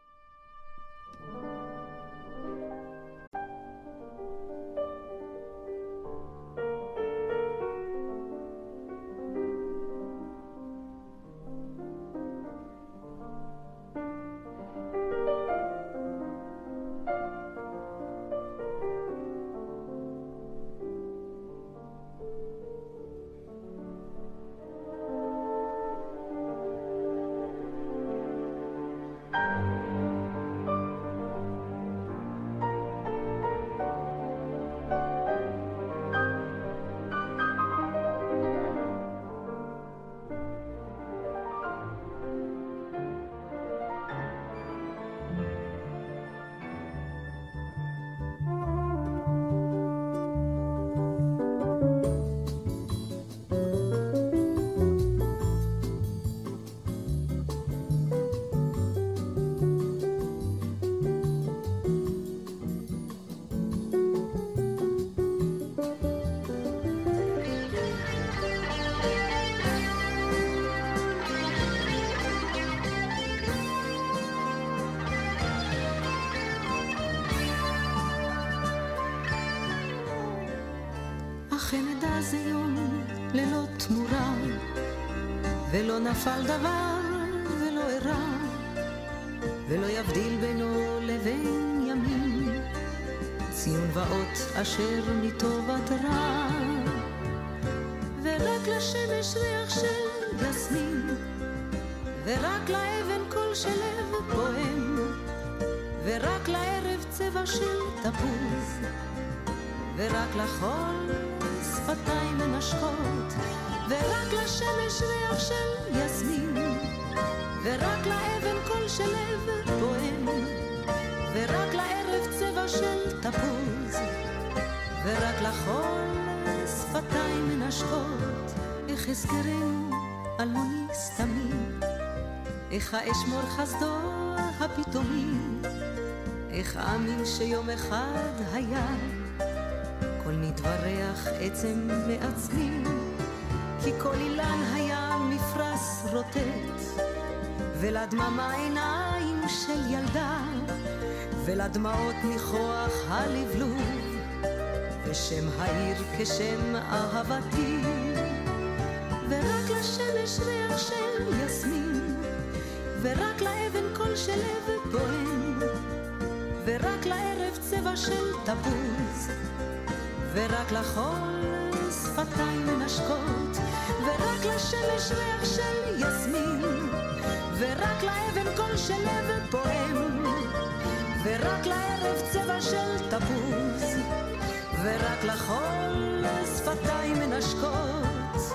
נדע זה יום ללא תמורה, ולא נפל דבר ולא אירע, ולא יבדיל בינו לבין ימים, ציון ואות אשר מטובת רע. ורק לשמש ריח של יסמין, ורק לאבן קול של לב פועם, ורק לערב צבע של תפוז, ורק לחול שפתיים מנשקות, ורק לשמש ריח של יסמין, ורק לאבן קול של לב פועם, ורק לערב צבע של תפוז, ורק לחול שפתיים מנשקות. איך אזכרנו אלמוני סתמי, איך האשמור חסדו הפתאומי, איך אאמין שיום אחד היה כל נתברך עצם מעצמי, כי כל אילן היה מפרס רוטט, ולדממה עיניים של ילדה, ולדמעות ניחוח הלבלוב, ושם העיר כשם אהבתי. ורק לשמש ריח של יסמין, ורק לאבן קול של לב פועם, ורק לערב צבע של תפוז, ורק לחול שפתיים מנשקות, ורק לשמש ריח של יסמין, ורק לאבן קול של לב פועם, ורק לערב צבע של תפוז, ורק לחול שפתיים מנשקות.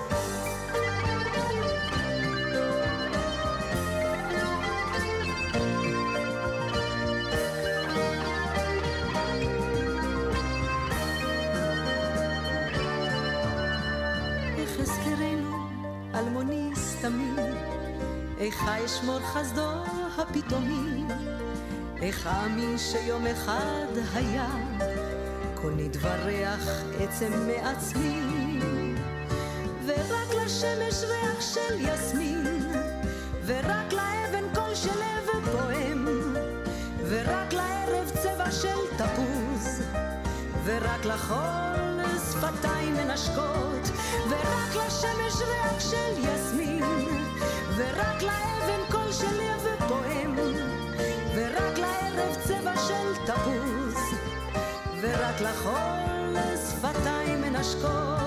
אלמוני סתמי, איך האשמור חסדו הפתאומי, איך אאמין שיום אחד היה כל נתברך עצם מעצמי. ורק לשמש ריח של יסמין, ורק לאבן קול של לב פועם, ורק לערב צבע של תפוז, ורק לחול שפתיים מנשקות, ורק לשמש ריח של יסמין, ורק לאבן קול של לב פועם, ורק לערב צבע של תפוז, ורק לחול שפתיים מנשקות.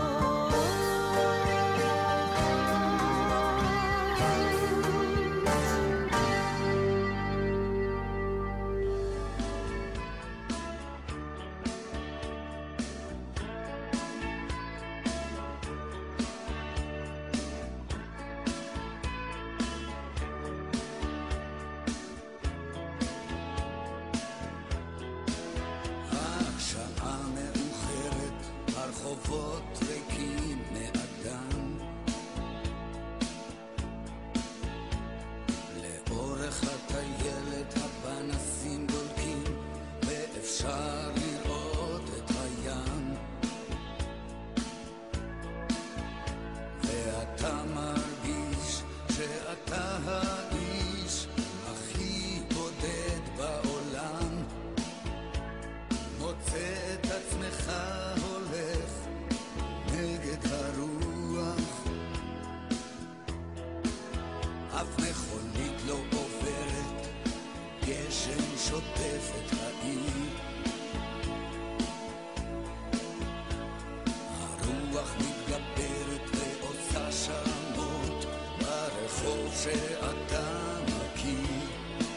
רחובות ריקים מאדם, לאורך הטיילת גשם שוטף את העיר, הרוח מתגברת ועושה שמות ברחוב שאתה מכיר,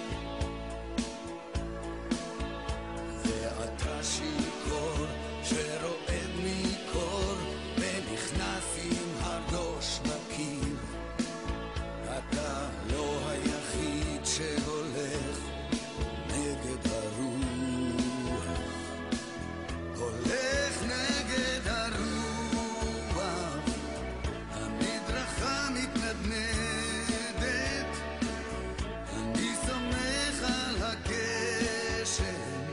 ואתה שיכור שרועד מקור ונכנס עם הראש בקיר. אתה לא היחיד שהולך נגד הרוח, הולך נגד הרוח, המדרכה מתנדנדת, אני סומך על הגשם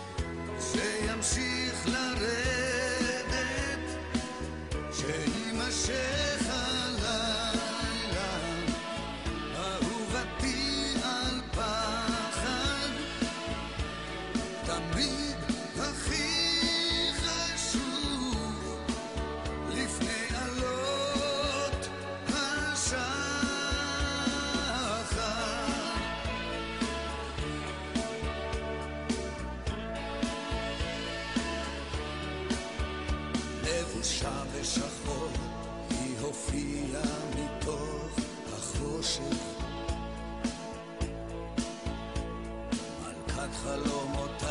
שימשיך לרדת, שימשך הלילה, אהובתי על פחד, תמיד הכי חשוב לפני עלות השחר. לבושה בשחור היא הופיעה מתוך החושך, מלכת חלומות